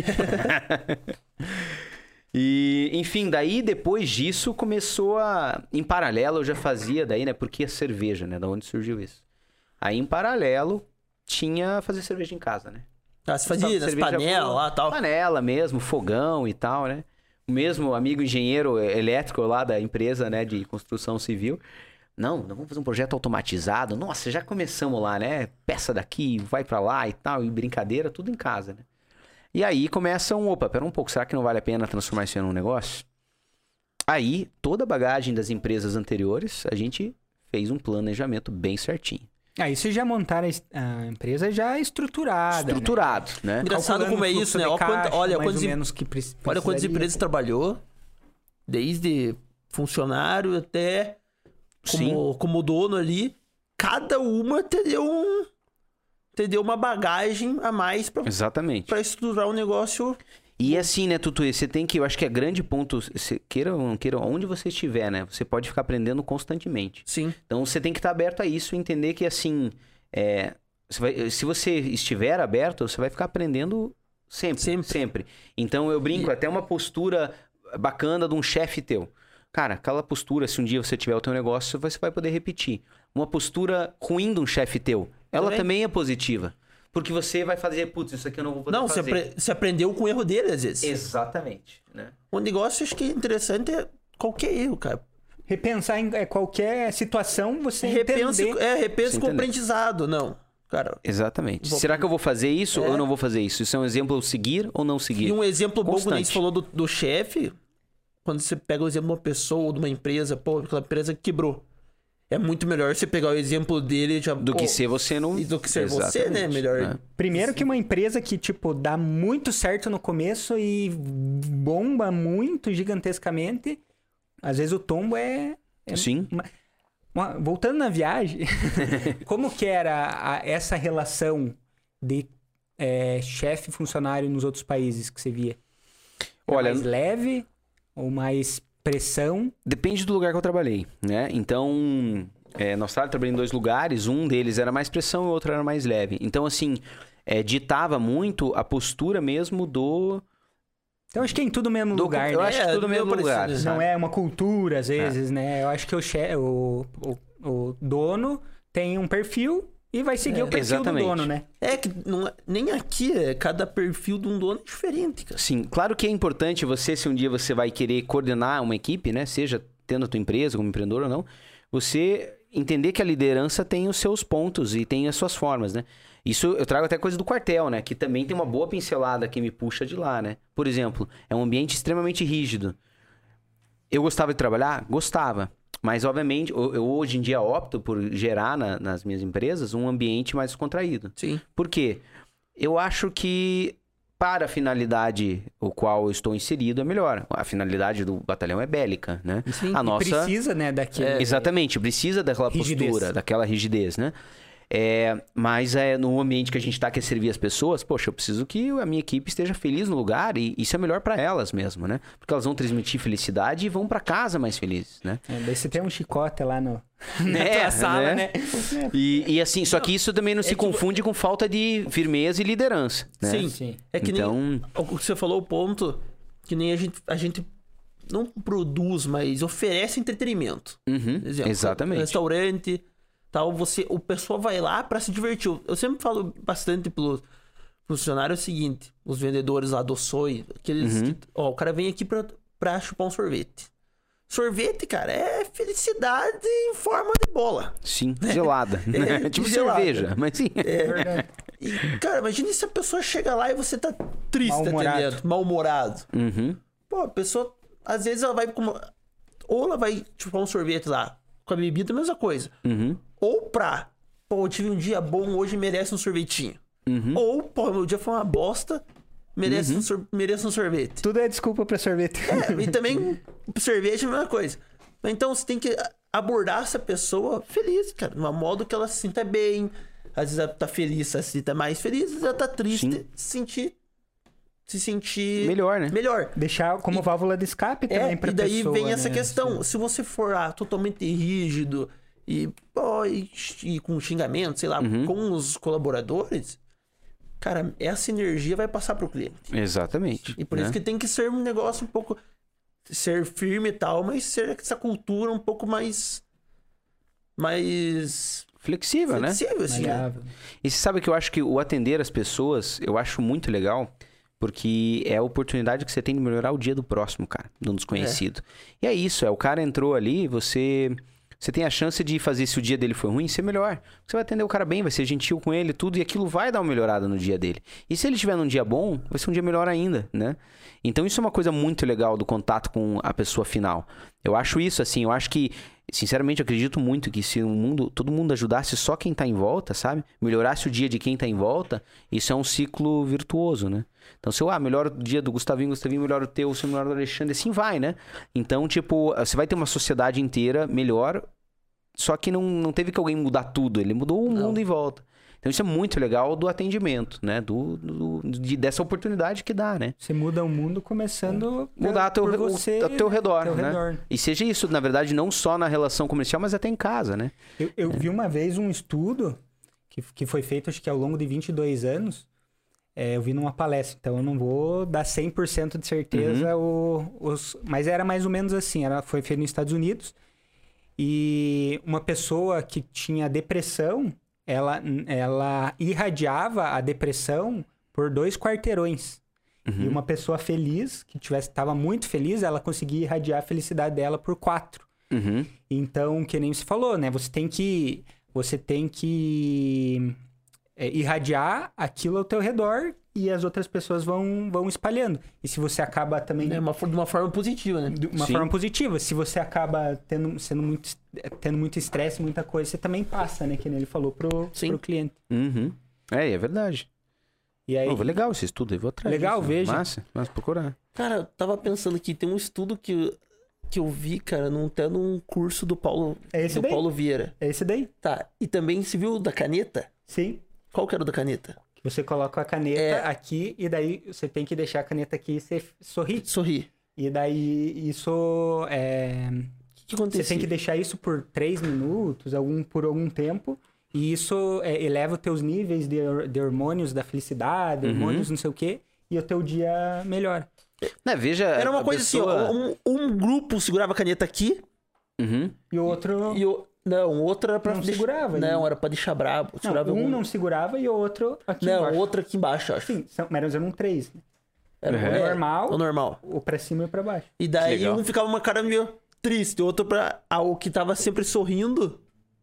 E, enfim, daí depois disso começou a... Em paralelo eu já fazia daí, né? Porque a cerveja, né? Da onde surgiu isso? Aí em paralelo tinha fazer cerveja em casa, né? Ah, você fazia nas Cerveja panelas boa. lá e tal. Panela mesmo, fogão e tal, né? O mesmo amigo engenheiro elétrico lá da empresa, né? De construção civil. Não, não vamos fazer um projeto automatizado. Nossa, já começamos lá, né? Peça daqui, vai pra lá e tal. E brincadeira, tudo em casa, né? E aí começa um, opa, pera um pouco, será que não vale a pena transformar isso em um negócio? Aí, toda a bagagem das empresas anteriores, a gente fez um planejamento bem certinho. Aí vocês já montaram a es- a empresa já estruturada. Estruturado, né? Engraçado Calculando como é o isso, fluxo né? de Olha, quanta- caixa, olha mais quantas ou em- menos que pre- Olha quantas precisaria. empresas trabalhou, desde funcionário até como, como dono ali. Cada uma teria um teria uma bagagem a mais pra, Exatamente. pra estruturar um negócio. E assim, né, Tutu, você tem que, eu acho que é grande ponto, você, queira ou não queira, onde você estiver, né, você pode ficar aprendendo constantemente. Sim. Então você tem que estar aberto a isso e entender que, assim, é, você vai- se você estiver aberto, você vai ficar aprendendo sempre, Sempre. sempre. Então eu brinco, E- até uma postura bacana de um chefe teu. Cara, aquela postura, se um dia você tiver o teu negócio, você vai poder repetir. Uma postura ruim de um chefe teu, ela Também. também é positiva. Porque você vai fazer, putz, isso aqui eu não vou poder Não, você, fazer. apre- você aprendeu com o erro dele, às vezes. Exatamente, né? Um negócio, acho que interessante é qualquer erro, cara. Repensar em é, qualquer situação, você Repense, entender. é, repense Você com o entender. aprendizado. Não, cara. Exatamente. Vou- Será que eu vou fazer isso É. ou eu não vou fazer isso? Isso é um exemplo eu seguir ou não seguir? E um exemplo bom, quando a Constante. gente falou do, do chefe, quando você pega o exemplo de uma pessoa ou de uma empresa, pô, aquela empresa quebrou. É muito melhor você pegar o exemplo dele e já, Do pô, que ser você não... e do que ser você, né? Exatamente, Melhor. né? Primeiro que uma empresa que, tipo, dá muito certo no começo e bomba muito gigantescamente, às vezes o tombo é... é Sim. uma- uma- voltando na viagem, como que era a- essa relação de é, chefe e funcionário nos outros países que você via? Era Olha, mais leve ou mais pressão? depende do lugar que eu trabalhei, né? Então, é, na Austrália eu trabalhei em dois lugares, um deles era mais pressão e o outro era mais leve. Então, assim, é, ditava muito a postura mesmo do... Então acho que é em tudo mesmo do lugar, eu né? acho que É, tudo no mesmo meu lugar, parecido, Não sabe? é uma cultura, às vezes, né? Eu acho que o, che... o, o, o dono tem um perfil e vai seguir É, o perfil exatamente. do dono, né? É que não é- nem aqui, é, cada perfil de um dono é diferente, cara. Sim, claro que é importante você, se um dia você vai querer coordenar uma equipe, né? Seja tendo a tua empresa como empreendedor ou não, você entender que a liderança tem os seus pontos e tem as suas formas, né? Isso eu trago até coisa do quartel, né? Que também tem uma boa pincelada que me puxa de lá, né? Por exemplo, é um ambiente extremamente rígido. Eu gostava de trabalhar? Gostava. Mas, obviamente, eu, eu hoje em dia opto por gerar na- nas minhas empresas um ambiente mais descontraído. Sim. Por quê? Eu acho que para a finalidade o qual eu estou inserido é melhor. A finalidade do batalhão é bélica, né? Sim. A E nossa... precisa, né, daquele... Exatamente, precisa daquela Rigidez. postura, daquela rigidez, né? É, mas é no ambiente que a gente está que é servir as pessoas, poxa, eu preciso que a minha equipe esteja feliz no lugar e isso é melhor para elas mesmo, né? Porque elas vão transmitir felicidade e vão para casa mais felizes, né? É, daí você tem um chicote lá no... na É, tua sala, né? né? E, e assim, só que isso também não se que- confunde com falta de firmeza e liderança, né? Sim. Sim. É que Então- nem o que você falou, o ponto que nem a gente, a gente não produz, mas oferece entretenimento. Uhum, Exemplo, exatamente. Restaurante, tal, você, o pessoal vai lá pra se divertir. Eu sempre falo bastante pelo funcionário o seguinte, os vendedores lá do Soi, aqueles Uhum. que, ó, o cara vem aqui pra, pra chupar um sorvete. Sorvete, cara, é felicidade em forma de bola. Sim, gelada, né? É, tipo gelada. cerveja, mas sim. É verdade. E, cara, imagina se a pessoa chega lá e você tá triste Mal-humorado. atendendo, mal-humorado. Uhum. Pô, a pessoa, às vezes ela vai com... Ou ela vai chupar um sorvete lá, com a bebida, a mesma coisa. Uhum. Ou pra, pô, eu tive um dia bom, hoje merece um sorvetinho. Uhum. Ou, pô, meu dia foi uma bosta, merece, um, sor... merece um sorvete. Tudo é desculpa pra sorvete. É, e também cerveja é a mesma coisa. Então você tem que abordar essa pessoa feliz, cara, de um modo que ela se sinta bem. Às vezes ela tá feliz, ela se sinta mais feliz, às vezes ela tá triste, Sim. se sentir. Se sentir. Melhor, né? Melhor. Deixar como válvula de escape É, também pra e daí pessoa, vem essa né? questão. Se você for ah, totalmente rígido, e, pô, e, e com xingamento, sei lá, Uhum. com os colaboradores, cara, essa energia vai passar pro cliente. Exatamente. E por né? isso que tem que ser um negócio um pouco... Ser firme e tal, mas ser essa cultura um pouco mais... Mais... Flexível, né? flexível, assim, né? Maleável. E você sabe que eu acho que o atender as pessoas, eu acho muito legal, porque é a oportunidade que você tem de melhorar o dia do próximo, cara, de um desconhecido. E é isso, é o cara entrou ali, você... Você tem a chance de fazer, se o dia dele for ruim, ser melhor. Você vai atender o cara bem, vai ser gentil com ele, tudo, e aquilo vai dar uma melhorada no dia dele. E se ele estiver num dia bom, vai ser um dia melhor ainda, né? Então isso é uma coisa muito legal do contato com a pessoa final. Eu acho isso, assim, eu acho que, sinceramente, eu acredito muito que se o mundo, todo mundo ajudasse só quem tá em volta, sabe? Melhorasse o dia de quem tá em volta, isso é um ciclo virtuoso, né? Então, se eu, ah, melhora o dia do Gustavinho, Gustavinho melhora o teu, se melhora o Alexandre, assim vai, né? Então, tipo, você vai ter uma sociedade inteira melhor, só que não, não teve que alguém mudar tudo, ele mudou o Não. mundo em volta. Então, isso é muito legal do atendimento, né? Do, do, de, dessa oportunidade que dá, né? Você muda o mundo começando Mudar a teu, por re- o- você, a teu redor, teu né? redor. E seja isso, na verdade, não só na relação comercial, mas até em casa, né? Eu, eu vi uma vez um estudo que, que foi feito, acho que ao longo de vinte e dois anos. É, eu vi numa palestra, então eu não vou dar cem por cento de certeza, o, os, mas era mais ou menos assim. Era, foi feito nos Estados Unidos. E uma pessoa que tinha depressão, ela, ela irradiava a depressão por dois quarteirões. E uma pessoa feliz, que tivesse, estava muito feliz, ela conseguia irradiar a felicidade dela por quatro. Uhum. Então, que nem você falou, né? Você tem que, você tem que é, irradiar aquilo ao teu redor e as outras pessoas vão, vão espalhando. E se você acaba também... É uma, for- de uma forma positiva, né? De uma Sim. forma positiva. Se você acaba tendo, sendo muito, tendo muito estresse, muita coisa, você também passa, né? Que nem ele falou pro, Sim. pro cliente. Uhum. É, é verdade. E aí, Pô, legal esse estudo, eu vou atrás. Legal, disso. veja. Massa, mas procurar. Cara, eu tava pensando aqui, tem um estudo que, que eu vi, cara, num, até num curso do Paulo, É esse do daí? Paulo Vieira. é esse daí? Tá, e também se viu o da caneta? Sim. Qual que era o da caneta? Que você coloca a caneta É. aqui e daí você tem que deixar a caneta aqui e você sorri. Sorri. E daí isso é... O que, que aconteceu? Você tem que deixar isso por três minutos, algum, por algum tempo. E isso é, eleva os teus níveis de, hor- de hormônios da felicidade, Uhum. hormônios não sei o quê. E o teu dia melhora. Né, veja. Era uma a coisa pessoa... assim, ó, um, um grupo segurava a caneta aqui Uhum. E o outro... e o... Não, o outro era pra... Não deixar- segurava, Não, né? era pra deixar brabo. Não, Segurava um algum- não segurava e o outro aqui Não, embaixo. o outro aqui embaixo, eu acho. Sim, são, mas eram três. Era Uhum. o O normal, O normal. o pra cima e o pra baixo. E daí Que legal. um ficava uma cara meio triste, o outro pra... Ah, o que tava sempre sorrindo,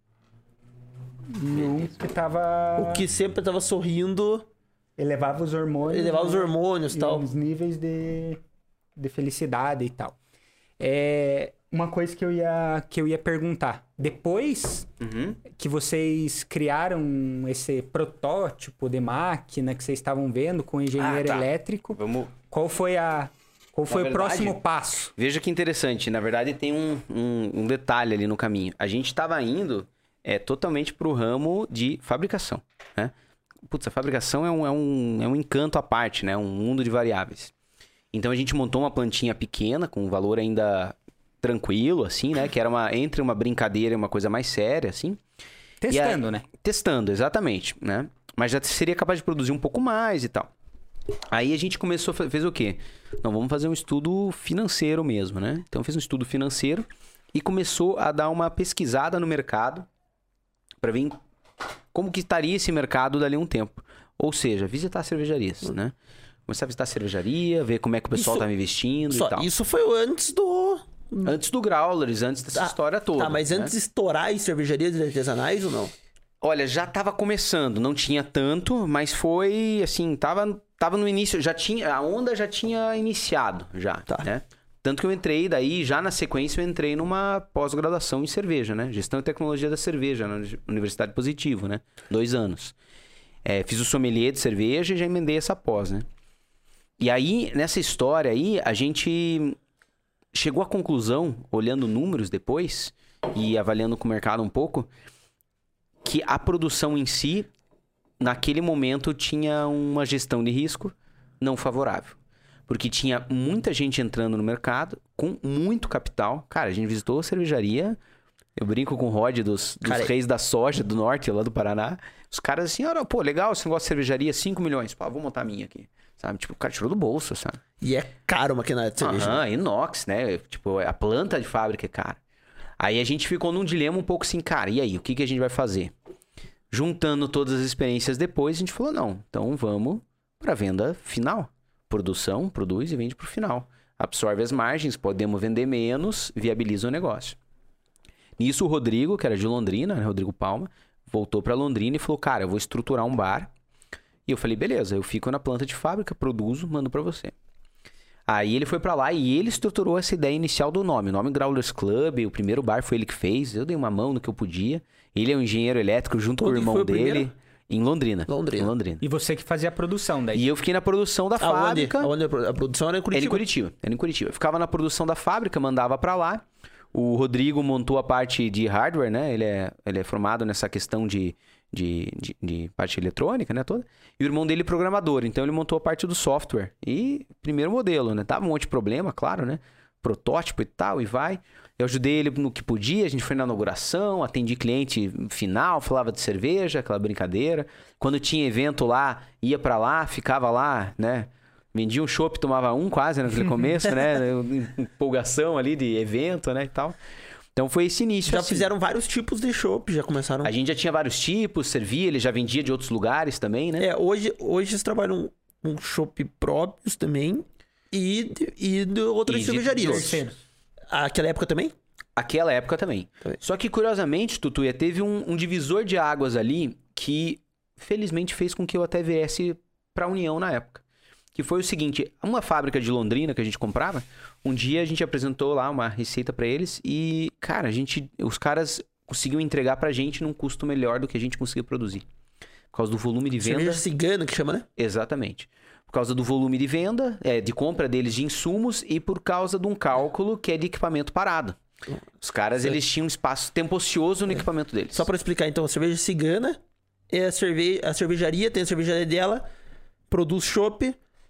E um que tava... o que sempre tava sorrindo, Elevava os hormônios. elevava os né? hormônios e E tal. os níveis de, de felicidade e tal. É uma coisa que eu ia, que eu ia perguntar. Depois Uhum. que vocês criaram esse protótipo de máquina que vocês estavam vendo com o engenheiro Ah, tá. elétrico, Vamos. qual foi, a, qual foi verdade- o próximo passo? Veja que interessante. Na verdade, tem um, um, um detalhe ali no caminho. A gente estava indo é, totalmente para o ramo de fabricação, né? Putz, a fabricação é um, é, um, é um encanto à parte, né? Um mundo de variáveis. Então, a gente montou uma plantinha pequena, com um valor ainda tranquilo, assim, né? Que era uma, entre uma brincadeira e uma coisa mais séria, assim. Testando, E a- né? Testando, exatamente, né? Mas já seria capaz de produzir um pouco mais e tal. Aí a gente começou, a fa- fez o quê? Não, vamos fazer um estudo financeiro mesmo, né? Então fez um estudo financeiro e começou a dar uma pesquisada no mercado para ver como que estaria esse mercado dali a um tempo. Ou seja, visitar cervejarias, né? Começar a visitar a cervejaria, ver como é que o pessoal Isso- estava investindo Só, e tal. isso foi antes do... Antes do Growlers, antes dessa Tá, história toda. Tá, mas né? antes de estourar as cervejarias artesanais ou não? Olha, já tava começando, não tinha tanto, mas foi assim, tava, tava no início, já tinha, a onda já tinha iniciado, já, Tá. né? Tanto que eu entrei daí, já na sequência eu entrei numa pós-graduação em cerveja, né? Gestão e Tecnologia da Cerveja, na Universidade Positivo, né? Dois anos. É, fiz o sommelier de cerveja e já emendei essa pós, né? E aí, nessa história aí, a gente chegou à conclusão, olhando números depois e avaliando com o mercado um pouco, que a produção em si, naquele momento, tinha uma gestão de risco não favorável. Porque tinha muita gente entrando no mercado com muito capital. Cara, a gente visitou a cervejaria Eu brinco com o Rod dos, dos Cara, reis da soja do norte, lá do Paraná. Os caras assim, olha, pô, legal esse negócio de cervejaria, cinco milhões. Pô, vou montar a minha aqui. Sabe? Tipo, o cara tirou do bolso, sabe? E é caro a maquinária de cerveja. Aham, inox, né? Tipo, a planta de fábrica é cara. Aí a gente ficou num dilema um pouco assim, cara, e aí, o que, que a gente vai fazer? Juntando todas as experiências depois, a gente falou, não, então vamos pra venda final. Produção, produz e vende pro final. Absorve as margens, podemos vender menos, viabiliza o negócio. Nisso o Rodrigo, que era de Londrina, né? Rodrigo Palma, voltou pra Londrina e falou, cara, eu vou estruturar um bar. E eu falei, beleza, eu fico na planta de fábrica, produzo, mando pra você. Aí ele foi pra lá e ele estruturou essa ideia inicial do nome. O nome Growlers Club, o primeiro bar foi ele que fez. Eu dei uma mão no que eu podia. Ele é um engenheiro elétrico junto Onde com o irmão foi o dele. primeiro? Em Londrina. Londrina. Em Londrina. E você que fazia a produção daí. E eu fiquei na produção da Aonde? fábrica. Aonde a produção era em Curitiba? Era em Curitiba. Era em Curitiba. Eu ficava na produção da fábrica, mandava pra lá. O Rodrigo montou a parte de hardware, né? Ele é, ele é formado nessa questão de, de, de, de parte eletrônica, né? Toda. E o irmão dele é programador. Então ele montou a parte do software. E primeiro modelo, né? Tava um monte de problema, claro, né? Protótipo e tal, e vai. Eu ajudei ele no que podia. A gente foi na inauguração, atendi cliente final, falava de cerveja, aquela brincadeira. Quando tinha evento lá, ia pra lá, ficava lá, né? Vendia um chopp, tomava um quase naquele começo, né? Empolgação ali de evento, né? E tal. Então foi esse início. Já assim. fizeram vários tipos de chopp, já começaram... A gente já tinha vários tipos, servia, ele já vendia de outros lugares também, né? É, hoje, hoje eles trabalham com chopp próprios também e de, e de outras E de cervejarias. terceiros. Aquela época também? Aquela época também. Também. Só que, curiosamente, Tutuia, teve um, um divisor de águas ali que, felizmente, fez com que eu até viesse pra União na época. Que foi o seguinte, uma fábrica de Londrina que a gente comprava, um dia a gente apresentou lá uma receita pra eles e, cara, a gente, os caras conseguiam entregar pra gente num custo melhor do que a gente conseguia produzir. Por causa do volume de venda. Cerveja cigana, que chama, né? Exatamente. Por causa do volume de venda, é, de compra deles de insumos e por causa de um cálculo que é de equipamento parado. Os caras, Certo. eles tinham um espaço tempo ocioso no equipamento deles. Só pra explicar, então, a cerveja cigana é a, cerve... a cervejaria, tem a cervejaria dela, produz chopp,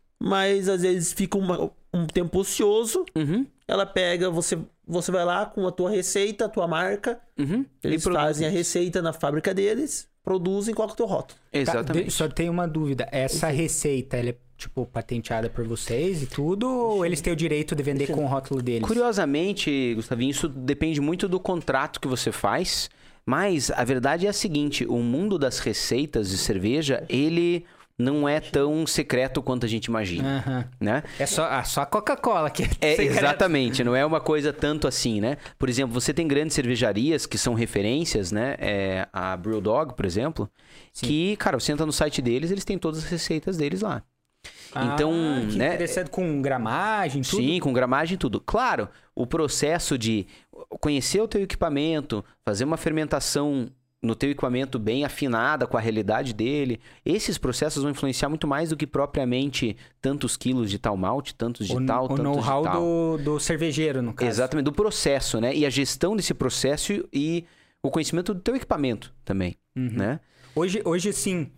mas às vezes fica uma- um tempo ocioso. Uhum, Ela pega, você, você vai lá com a tua receita, a tua marca, uhum. eles E produz fazem a isso. receita na fábrica deles, produzem e colocam o teu rótulo. Tá, Exatamente. de- só tenho uma dúvida. Essa receita, ela é, tipo, patenteada por vocês e tudo? Ou eles têm o direito de vender com o rótulo deles? Curiosamente, Gustavinho, isso depende muito do contrato que você faz, mas a verdade é a seguinte, o mundo das receitas de cerveja, ele não é tão secreto quanto a gente imagina, Aham. né? É só, ah, só a Coca-Cola que É, secreto. exatamente, não é uma coisa tanto assim, né? Por exemplo, você tem grandes cervejarias que são referências, né? É, a Brewdog, por exemplo, Sim. que, cara, você entra no site deles, eles têm todas as receitas deles lá. Então, ah, que né? interessante, com gramagem, tudo. Sim, com gramagem e tudo. Claro, o processo de conhecer o teu equipamento, fazer uma fermentação no teu equipamento bem afinada com a realidade dele, esses processos vão influenciar muito mais do que propriamente tantos quilos de tal malte, tantos de O, tal, o tantos de know-how tal. do, do cervejeiro, no caso. Exatamente, do processo, né? E a gestão desse processo e o conhecimento do teu equipamento também, Uhum. né? Hoje, hoje sim,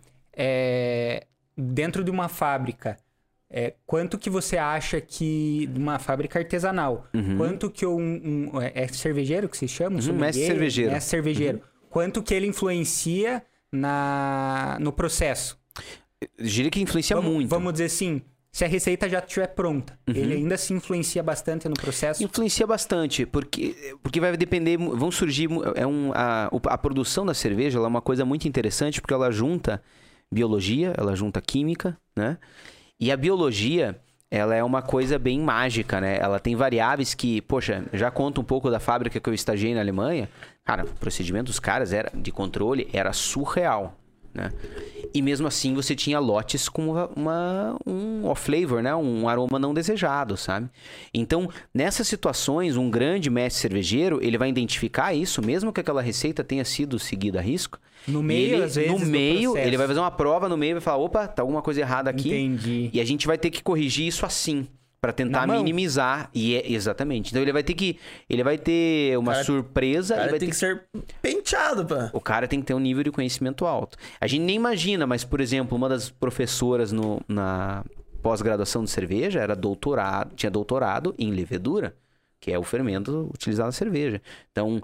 é, dentro de uma fábrica, é, quanto que você acha que... De uma fábrica artesanal, Uhum. quanto que um... um- é cervejeiro que se chama? Um Uhum, sommelier? mestre cervejeiro. Mestre cervejeiro. Quanto que ele influencia na, no processo? Eu diria que influencia vamos, muito. Vamos dizer assim, se a receita já estiver pronta, Uhum. ele ainda se influencia bastante no processo? Influencia bastante, porque, porque vai depender, vão surgir, é um, a, o- a produção da cerveja ela é uma coisa muito interessante, porque ela junta biologia, ela junta química, né? E a biologia, ela é uma coisa bem mágica, né? Ela tem variáveis que, poxa, já conto um pouco da fábrica que eu estagiei na Alemanha. Cara, o procedimento dos caras era, de controle era surreal, né? E mesmo assim você tinha lotes com uma, uma- um off-flavor, né? Um aroma não desejado, sabe? Então, nessas situações, um grande mestre cervejeiro, ele vai identificar isso, mesmo que aquela receita tenha sido seguida a risco. No E meio, ele, às vezes, no do meio, processo. ele vai fazer uma prova no meio e vai falar, opa, tá alguma coisa errada aqui. Entendi. E a gente vai ter que corrigir isso assim, pra tentar Na mão. minimizar. E é, exatamente. Então ele vai ter que, ele vai ter uma Cara, surpresa O e cara vai tem ter que ser penteado, pá. o cara tem que ter um nível de conhecimento alto. A gente nem imagina, mas, por exemplo, uma das professoras no, na pós-graduação de cerveja era doutorado, tinha doutorado em levedura, que é o fermento utilizado na cerveja. Então,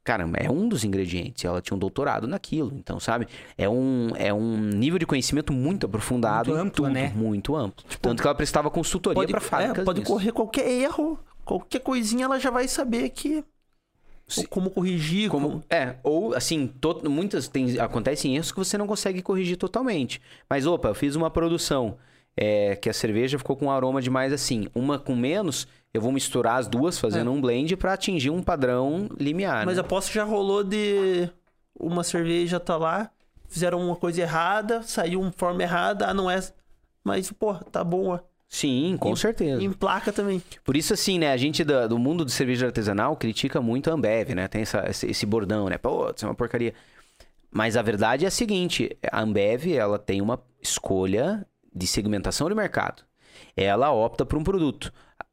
Caramba, é um dos ingredientes. Ela tinha um doutorado naquilo. Então, sabe? É um, é um nível de conhecimento muito aprofundado. Muito amplo, tudo, né? Muito amplo. Tanto que ela prestava consultoria Pode, para fábricas. é, pode nisso. correr qualquer erro, qualquer coisinha ela já vai saber que... Sim. Como corrigir. Como, como... É, ou assim, to, muitas tem, acontecem erros que você não consegue corrigir totalmente. Mas, opa, eu fiz uma produção é, que a cerveja ficou com um aroma demais assim. Uma com menos, eu vou misturar as duas fazendo É. um blend para atingir um padrão limiar. Mas né? aposto que já rolou de uma cerveja tá lá, fizeram uma coisa errada, saiu uma forma errada, ah, não é... Mas, pô, tá boa. Sim, com Em- certeza. Em placa também. Por isso, assim, né, a gente da- do mundo de cerveja artesanal critica muito a Ambev, né? Tem essa, esse, esse bordão, né? Pô, isso é uma porcaria. Mas a verdade é a seguinte, a Ambev, ela tem uma escolha de segmentação de mercado. Ela opta por um produto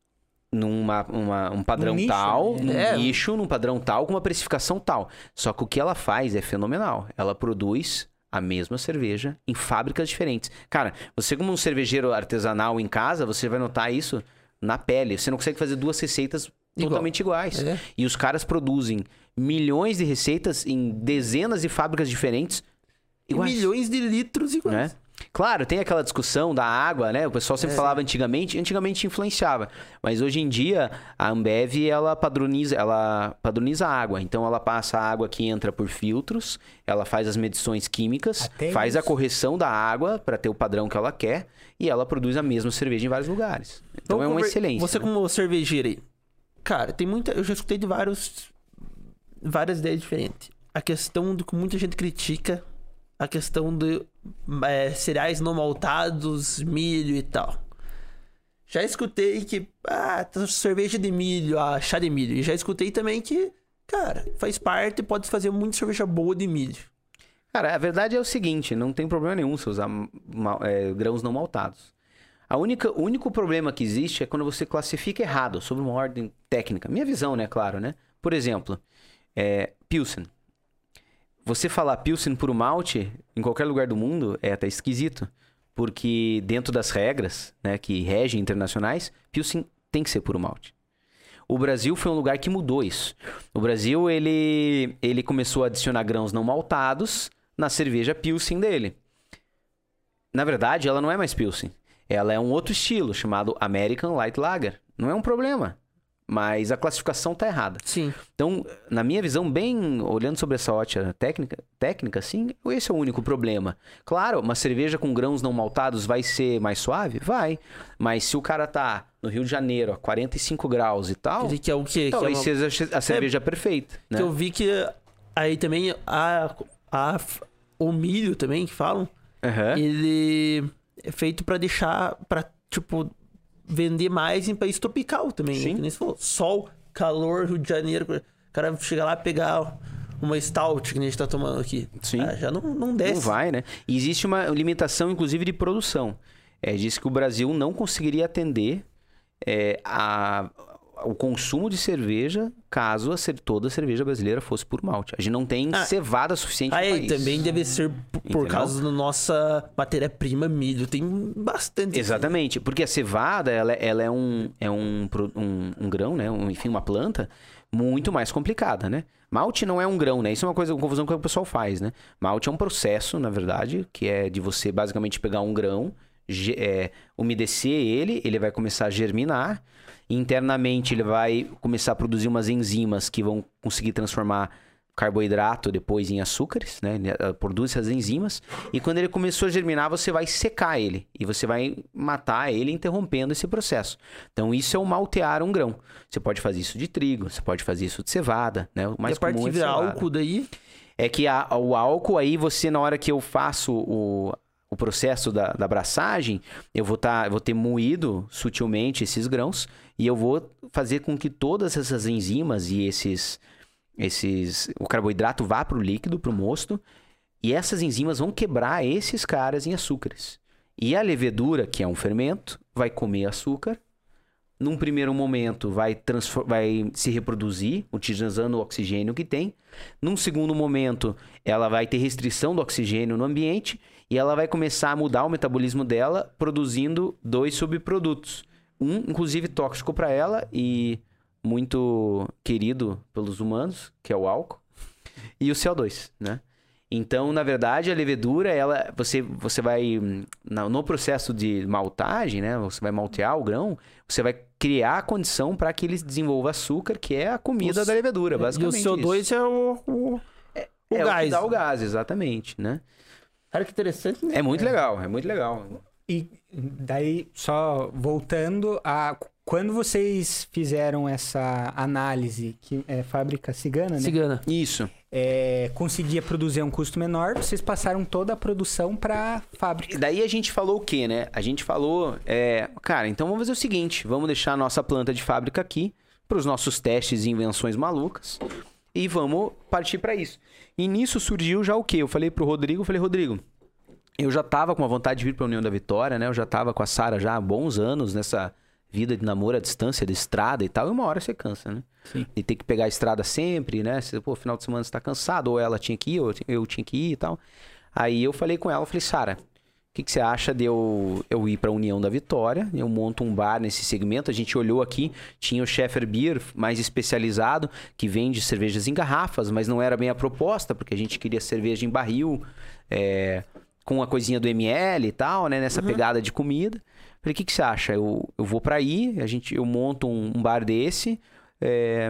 numa uma- um padrão Um nicho, tal, né? num É. nicho, num padrão tal, com uma precificação tal. Só que o que ela faz é fenomenal. Ela produz a mesma cerveja em fábricas diferentes. Cara, você como um cervejeiro artesanal em casa, você vai notar isso na pele. Você não consegue fazer duas receitas Igual. totalmente iguais. É. E os caras produzem milhões de receitas em dezenas de fábricas diferentes E iguais. milhões de litros iguais. Né? Claro, tem aquela discussão da água, né? O pessoal sempre É. falava antigamente, antigamente influenciava, mas hoje em dia a Ambev ela padroniza, ela padroniza a água. Então ela passa a água que entra por filtros, ela faz as medições químicas, Até faz a isso. correção da água para ter o padrão que ela quer e ela produz a mesma cerveja em vários lugares. Então Vamos é uma conver- excelência. Você né? como cervejeiro aí. Cara, tem muita... Eu já escutei de vários... Várias ideias diferentes. A questão do que muita gente critica. A questão de é, cereais não maltados, milho e tal. Já escutei que... Ah, cerveja de milho, ah, chá de milho. E já escutei também que... Cara, faz parte, pode fazer muita cerveja boa de milho. Cara, a verdade é o seguinte, não tem problema nenhum você usar ma- é, grãos não maltados. A única, o único problema que existe é quando você classifica errado, sob uma ordem técnica. Minha visão, né, claro, né? Por exemplo, é, Pilsen. Você falar Pilsen puro malte, em qualquer lugar do mundo, é até esquisito. Porque dentro das regras, né, que regem internacionais, Pilsen tem que ser puro malte. O Brasil foi um lugar que mudou isso. O Brasil, ele, ele começou a adicionar grãos não maltados na cerveja Pilsen dele. Na verdade, ela não é mais Pilsen. Ela é um outro estilo, chamado American Light Lager. Não é um problema, mas a classificação tá errada. Sim. Então, na minha visão, bem olhando sobre essa ótica técnica, técnica, sim, esse é o único problema. Claro, uma cerveja com grãos não maltados vai ser mais suave? Vai. Mas se o cara tá no Rio de Janeiro a quarenta e cinco graus e tal, Que é o quê? Que é talvez uma- seja a cerveja perfeita, né? Que eu vi que aí também a, a, o milho também que falam, Aham. ele é feito pra deixar, pra tipo, vender mais em país tropical também. Sim. Que nem você falou, sol, calor, Rio de Janeiro. O cara chega lá e pegar uma stout que a gente tá tomando aqui. Sim. Ah, já não, não desce. Não vai, né? E existe uma limitação, inclusive, de produção. É, diz que o Brasil não conseguiria atender é, a, o consumo de cerveja caso a cer- toda a cerveja brasileira fosse por malte. A gente não tem Ah, cevada suficiente no Aí país. também deve ser p- por Entendeu? causa da nossa matéria-prima milho. Tem bastante. Exatamente, porque a cevada, ela, ela é, um, é um, pro- um, um grão, né? Um, enfim, uma planta muito mais complicada, né? Malte não é um grão, né? Isso é uma coisa, uma confusão que o pessoal faz, né? Malte é um processo, na verdade, que é de você basicamente pegar um grão, ge- é, umedecer ele, ele vai começar a germinar. Internamente, ele vai começar a produzir umas enzimas que vão conseguir transformar carboidrato depois em açúcares, né? Ele eh, produz essas enzimas. E quando ele começou a germinar, você vai secar ele. E você vai matar ele interrompendo esse processo. Então, isso é o maltear um grão. Você pode fazer isso de trigo, você pode fazer isso de cevada, né? O mais e a parte comum que é de vira cevada. álcool daí. É que a- o álcool aí, você, na hora que eu faço o, o processo da, da abraçagem, eu vou, tá, eu vou ter moído sutilmente esses grãos e eu vou fazer com que todas essas enzimas e esses, esses o carboidrato vá para o líquido, para o mosto, e essas enzimas vão quebrar esses caras em açúcares. E a levedura, que é um fermento, vai comer açúcar. Num primeiro momento, vai, transfor- vai se reproduzir, utilizando o oxigênio que tem. Num segundo momento, ela vai ter restrição do oxigênio no ambiente e ela vai começar a mudar o metabolismo dela, produzindo dois subprodutos. Um, inclusive, tóxico para ela e muito querido pelos humanos, que é o álcool. e o C O dois, né? Então, na verdade, a levedura, ela, você, você vai, no processo de maltagem, né? Você vai maltear o grão, você vai criar a condição para que ele desenvolva açúcar, que é a comida O, da levedura, basicamente. E o C O dois isso. é o, o, é, o é gás. o que dá o gás, exatamente, né? Cara, que interessante, né? É muito legal, é muito legal. E daí, só voltando a... Quando vocês fizeram essa análise, que é fábrica cigana, né? Cigana. Isso. É, conseguia produzir a um custo menor, vocês passaram toda a produção para fábrica. E daí a gente falou o quê, né? A gente falou, é, cara, então vamos fazer o seguinte, vamos deixar a nossa planta de fábrica aqui para os nossos testes e invenções malucas e vamos partir para isso. E nisso surgiu já o quê? Eu falei pro Rodrigo, eu falei, Rodrigo, eu já tava com a vontade de vir para a União da Vitória, né? Eu já tava com a Sara já há bons anos nessa vida de namoro à distância, de estrada e tal, e uma hora você cansa, né? Sim. E ter que pegar a estrada sempre, né? Você, pô, final de semana você tá cansado, ou ela tinha que ir, ou eu tinha que ir e tal. Aí eu falei com ela, eu falei, Sara, o que, que você acha de eu, eu ir pra União da Vitória? Eu monto um bar nesse segmento, a gente olhou aqui, tinha o Scheffer Beer, mais especializado, que vende cervejas em garrafas, mas não era bem a proposta, porque a gente queria cerveja em barril, é, com a coisinha do M L e tal, né? Nessa uhum. pegada de comida. Falei, o que, que você acha? Eu, eu vou pra aí, a gente, eu monto um, um bar desse, é,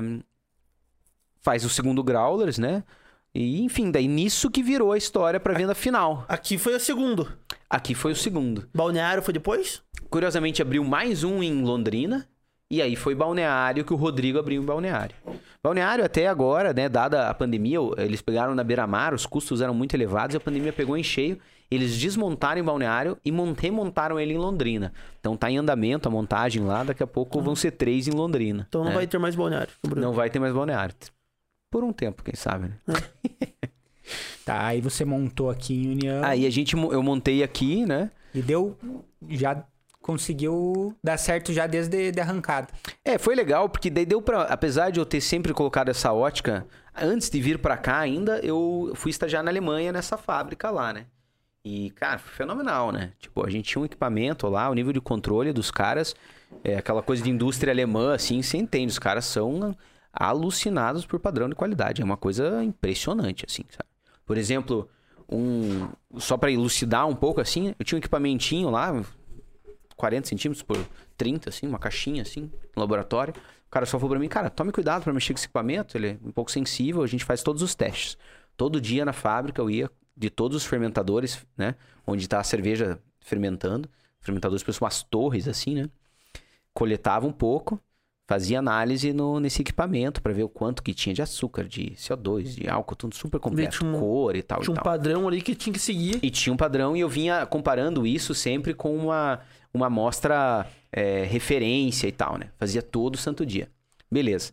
faz o segundo Growlers, né? E, enfim, daí nisso que virou a história pra venda final. Aqui foi o segundo. Aqui foi o segundo. Balneário foi depois? Curiosamente, abriu mais um em Londrina. E aí foi Balneário que o Rodrigo abriu em Balneário. Balneário até agora, né? Dada a pandemia, eles pegaram na beira-mar, os custos eram muito elevados, a pandemia pegou em cheio. Eles desmontaram em Balneário e remontaram ele em Londrina. Então tá em andamento a montagem lá, daqui a pouco vão ser três em Londrina. Então não né? vai ter mais Balneário. Não vai ter mais Balneário. Por um tempo, quem sabe, né? É. Tá, aí você montou aqui em União. Aí a gente, eu montei aqui, né? E deu, já conseguiu dar certo já desde a arrancada. É, foi legal, porque daí deu pra, apesar de eu ter sempre colocado essa ótica, antes de vir pra cá ainda, eu fui estagiar na Alemanha nessa fábrica lá, né? E, cara, foi fenomenal, né? Tipo, a gente tinha um equipamento lá, o nível de controle dos caras, é aquela coisa de indústria alemã, assim, você entende, os caras são alucinados por padrão de qualidade, é uma coisa impressionante, assim, sabe? Por exemplo, um, só pra elucidar um pouco, assim, eu tinha um equipamentinho lá, quarenta centímetros por trinta, assim, uma caixinha, assim, no laboratório. O cara só falou pra mim, cara, tome cuidado pra mexer com esse equipamento, ele é um pouco sensível, a gente faz todos os testes. Todo dia na fábrica eu ia de todos os fermentadores, né? Onde tá a cerveja fermentando. Fermentadores, por umas torres, assim, né? Coletava um pouco, fazia análise no, nesse equipamento para ver o quanto que tinha de açúcar, de C O dois, de álcool, tudo super completo, tinha um, cor e tal. Tinha e um tal. padrão ali que tinha que seguir. E tinha um padrão e eu vinha comparando isso sempre com uma, uma amostra é, referência e tal, né? Fazia todo santo dia. Beleza.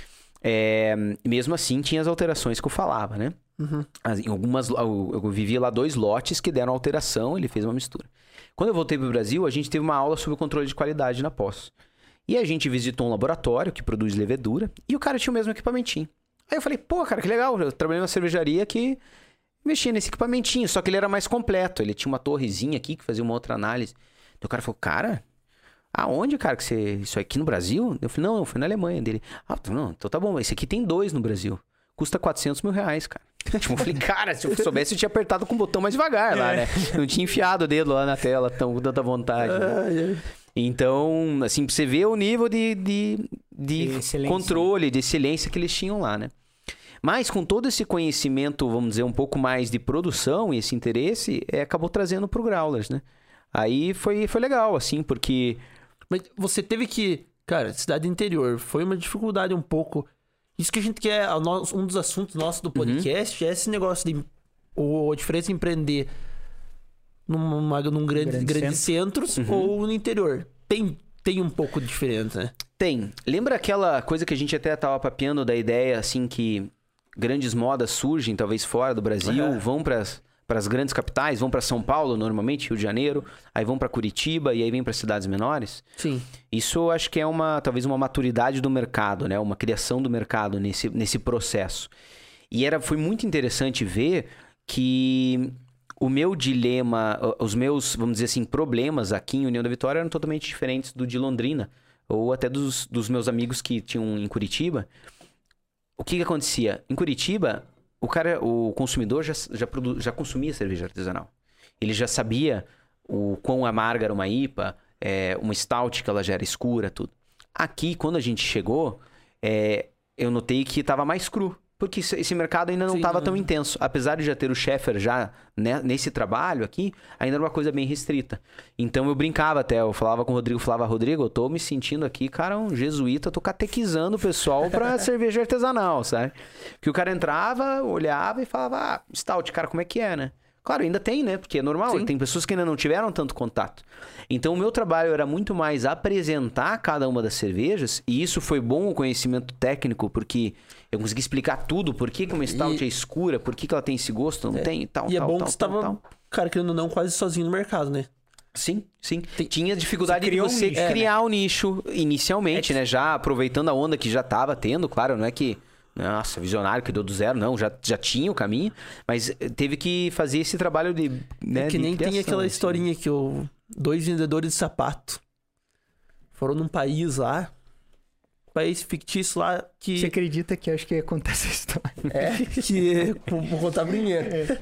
É, mesmo assim, tinha as alterações que eu falava, né? Uhum. As, em algumas, eu, eu vivi lá dois lotes que deram alteração, ele fez uma mistura. Quando eu voltei para o Brasil, a gente teve uma aula sobre o controle de qualidade na pós. E a gente visitou um laboratório que produz levedura e o cara tinha o mesmo equipamentinho. Aí eu falei, pô, cara, que legal, eu trabalhei numa cervejaria que mexia nesse equipamentinho, só que ele era mais completo, ele tinha uma torrezinha aqui que fazia uma outra análise. Então o cara falou, cara, aonde, cara, que você... Isso aqui no Brasil? Eu falei, não, eu fui na Alemanha dele. Ah, não, então tá bom, mas esse aqui tem dois no Brasil. Custa quatrocentos mil reais, cara. Tipo, eu falei, cara, se eu soubesse, eu tinha apertado com o botão mais devagar lá, né? Não tinha enfiado o dedo lá na tela tão, com tanta vontade. Né? Então, assim, pra você ver o nível de, de, de controle, de excelência que eles tinham lá, né? Mas com todo esse conhecimento, vamos dizer, um pouco mais de produção e esse interesse, é, acabou trazendo pro Growlers, né? Aí foi, foi legal, assim, porque... Mas você teve que... Cara, cidade interior, foi uma dificuldade um pouco... Isso que a gente quer, um dos assuntos nossos do podcast, uhum. é esse negócio de... Ou a diferença em empreender numa, num grande, grande grandes centro. centros uhum. ou no interior. Tem, tem um pouco de diferença, né? Tem. Lembra aquela coisa que a gente até tava papeando da ideia, assim, que grandes modas surgem, talvez fora do Brasil, uhum. vão para as grandes capitais, vão para São Paulo, normalmente, Rio de Janeiro, aí vão para Curitiba e aí vem para cidades menores? Sim. Isso eu acho que é uma, talvez uma maturidade do mercado, né? Uma criação do mercado nesse, nesse processo. E era, foi muito interessante ver que o meu dilema, os meus, vamos dizer assim, problemas aqui em União da Vitória eram totalmente diferentes do de Londrina, ou até dos, dos meus amigos que tinham em Curitiba. O que que acontecia? Em Curitiba, o cara, o consumidor já, já, produ... já consumia cerveja artesanal. Ele já sabia o quão amarga era uma I P A, é, uma stout que ela já era escura, tudo. Aqui, quando a gente chegou, é, eu notei que estava mais cru. Porque esse mercado ainda não estava tão intenso. Apesar de já ter o Sheffer já né, nesse trabalho aqui, ainda era uma coisa bem restrita. Então eu brincava até, eu falava com o Rodrigo, falava, Rodrigo, eu tô me sentindo aqui, cara, um jesuíta, tô catequizando o pessoal pra cerveja artesanal, sabe? Porque o cara entrava, olhava e falava, ah, stout, cara, como é que é, né? Claro, ainda tem, né? Porque é normal, Sim. tem pessoas que ainda não tiveram tanto contato. Então, o meu trabalho era muito mais apresentar cada uma das cervejas, e isso foi bom o conhecimento técnico, porque eu consegui explicar tudo, por que uma stout e... é escura, por que ela tem esse gosto, não é. tem, tal, e tal, é bom tal, que você tal, tava, tal. cara, querendo ou não, quase sozinho no mercado, né? Sim, sim. Tem... Tinha dificuldade você de você um nicho, criar o é, né? um nicho inicialmente, é que... né? Já aproveitando a onda que já tava tendo, claro, não é que... Nossa, visionário que deu do zero, não, já, já tinha o caminho, mas teve que fazer esse trabalho de. Né, é que de nem criação, tem aquela assim. historinha que o dois vendedores de sapato foram num país lá, país fictício lá que. Você acredita que eu acho que acontece essa história? É, que. Vou contar primeiro. É.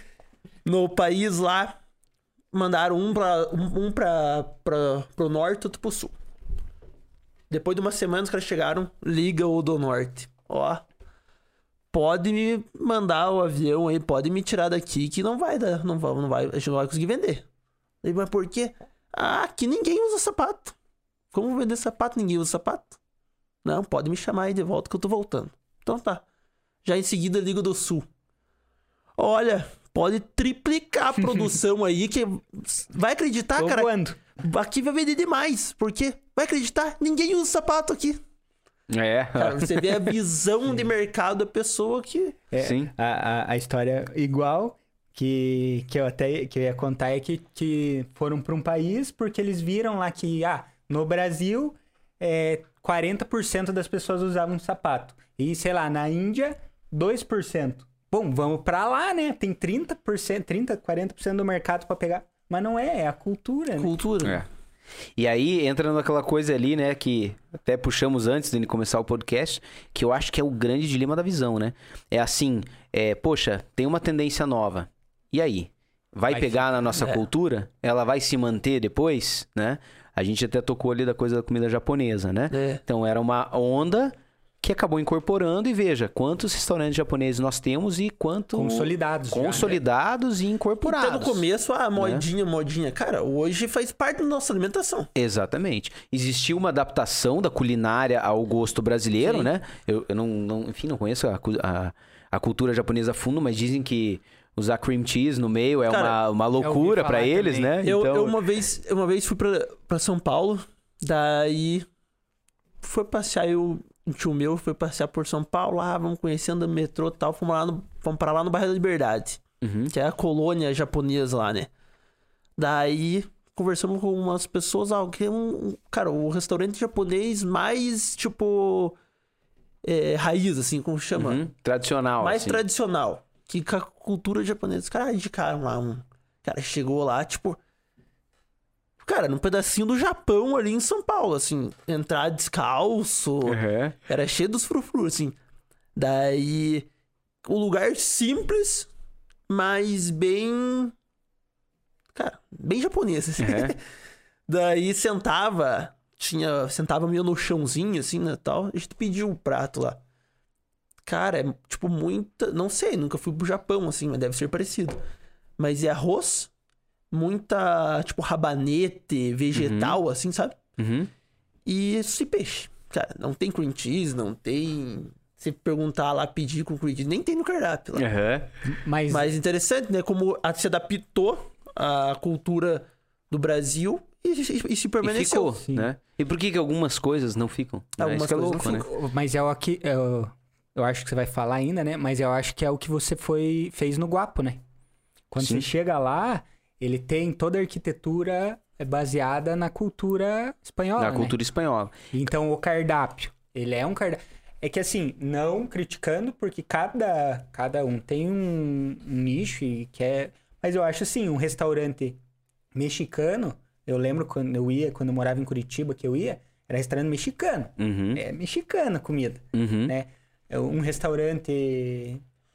No país lá, mandaram um, pra, um, um pra, pra, pro norte e outro pro sul. Depois de uma semana, os caras chegaram, liga o do norte. Ó, pode me mandar o avião aí, pode me tirar daqui que não vai dar, não vai, não vai, a gente não vai conseguir vender. Daí, mas por quê? Ah, aqui ninguém usa sapato. Como vender sapato? Ninguém usa sapato. Não, pode me chamar aí de volta que eu tô voltando. Então tá. Já em seguida ligo do sul. Olha, pode triplicar a produção aí que vai acreditar, tô cara. Voando. Aqui vai vender demais. Por quê? Vai acreditar? Ninguém usa sapato aqui. É. Cara, você vê a visão de mercado da pessoa que... É, Sim. A, a, a história igual que, que eu até que eu ia contar é que, que foram para um país porque eles viram lá que, ah, no Brasil, é, quarenta por cento das pessoas usavam sapato. E, sei lá, na Índia, dois por cento. Bom, vamos para lá, né? Tem trinta por cento, trinta, quarenta por cento do mercado para pegar. Mas não é, é a cultura, né? Cultura. É. E aí entra naquela coisa ali, né, que até puxamos antes de começar o podcast, que eu acho que é o grande dilema da visão, né? É assim, é, poxa, tem uma tendência nova. E aí? Vai, vai pegar ficar, na nossa é. cultura? Ela vai se manter depois, né? A gente até tocou ali da coisa da comida japonesa, né? É. Então era uma onda que acabou incorporando e veja quantos restaurantes japoneses nós temos e quanto... Consolidados. Consolidados já, né? E incorporados. Então no começo, a modinha, né? modinha. Cara, hoje faz parte da nossa alimentação. Exatamente. Existiu uma adaptação da culinária ao gosto brasileiro, Sim. né? Eu, eu não, não, enfim, não conheço a, a, a cultura japonesa a fundo, mas dizem que usar cream cheese no meio é Cara, uma, uma loucura pra eles, também. né? Eu, então... eu uma vez, uma vez fui pra, pra São Paulo, daí foi passear, eu... Um tio meu foi passear por São Paulo, lá, vamos conhecendo o metrô e tal, fomos, lá no, fomos pra lá no bairro da Liberdade, uhum. que é a colônia japonesa lá, né? Daí, conversamos com umas pessoas, ah, que é um, cara, o restaurante japonês mais, tipo, é, raiz, assim, como chama? Uhum. Tradicional, Mais assim. tradicional, que com a cultura japonesa. Os caras indicaram lá um... Cara, chegou lá, tipo... Cara, num pedacinho do Japão ali em São Paulo, assim. Entrar descalço. Uhum. Era cheio dos frufrus, assim. Daí... O lugar simples, mas bem... Cara, bem japonês, assim. Uhum. Daí sentava... Tinha... Sentava meio no chãozinho, assim, né, tal. A gente pediu o prato lá. Cara, é tipo muita... Não sei, nunca fui pro Japão, assim, mas deve ser parecido. Mas é arroz... Muita, tipo, rabanete, vegetal, uhum. assim, sabe? Uhum. E esse peixe. Cara, não tem cream cheese, não tem... Se perguntar lá, pedir com cream cheese, nem tem no cardápio lá. Uhum. Mas... Mas interessante, né? Como se adaptou à cultura do Brasil e, e, e se permaneceu. E ficou, né? E por que, que algumas coisas não ficam? Algumas Isso coisas é louco, não né? ficam. Mas é o que... Eu, eu acho que você vai falar ainda, né? Mas eu acho que é o que você foi, fez no Guapo, né? Quando Sim. você chega lá... Ele tem toda a arquitetura baseada na cultura espanhola, Na né? cultura espanhola. Então, o cardápio, ele é um cardápio... É que, assim, não criticando, porque cada, cada um tem um, um nicho e quer... Mas eu acho, assim, um restaurante mexicano... Eu lembro quando eu ia, quando eu morava em Curitiba, que eu ia... Era restaurante mexicano. Uhum. É mexicana a comida, uhum. né? Um restaurante...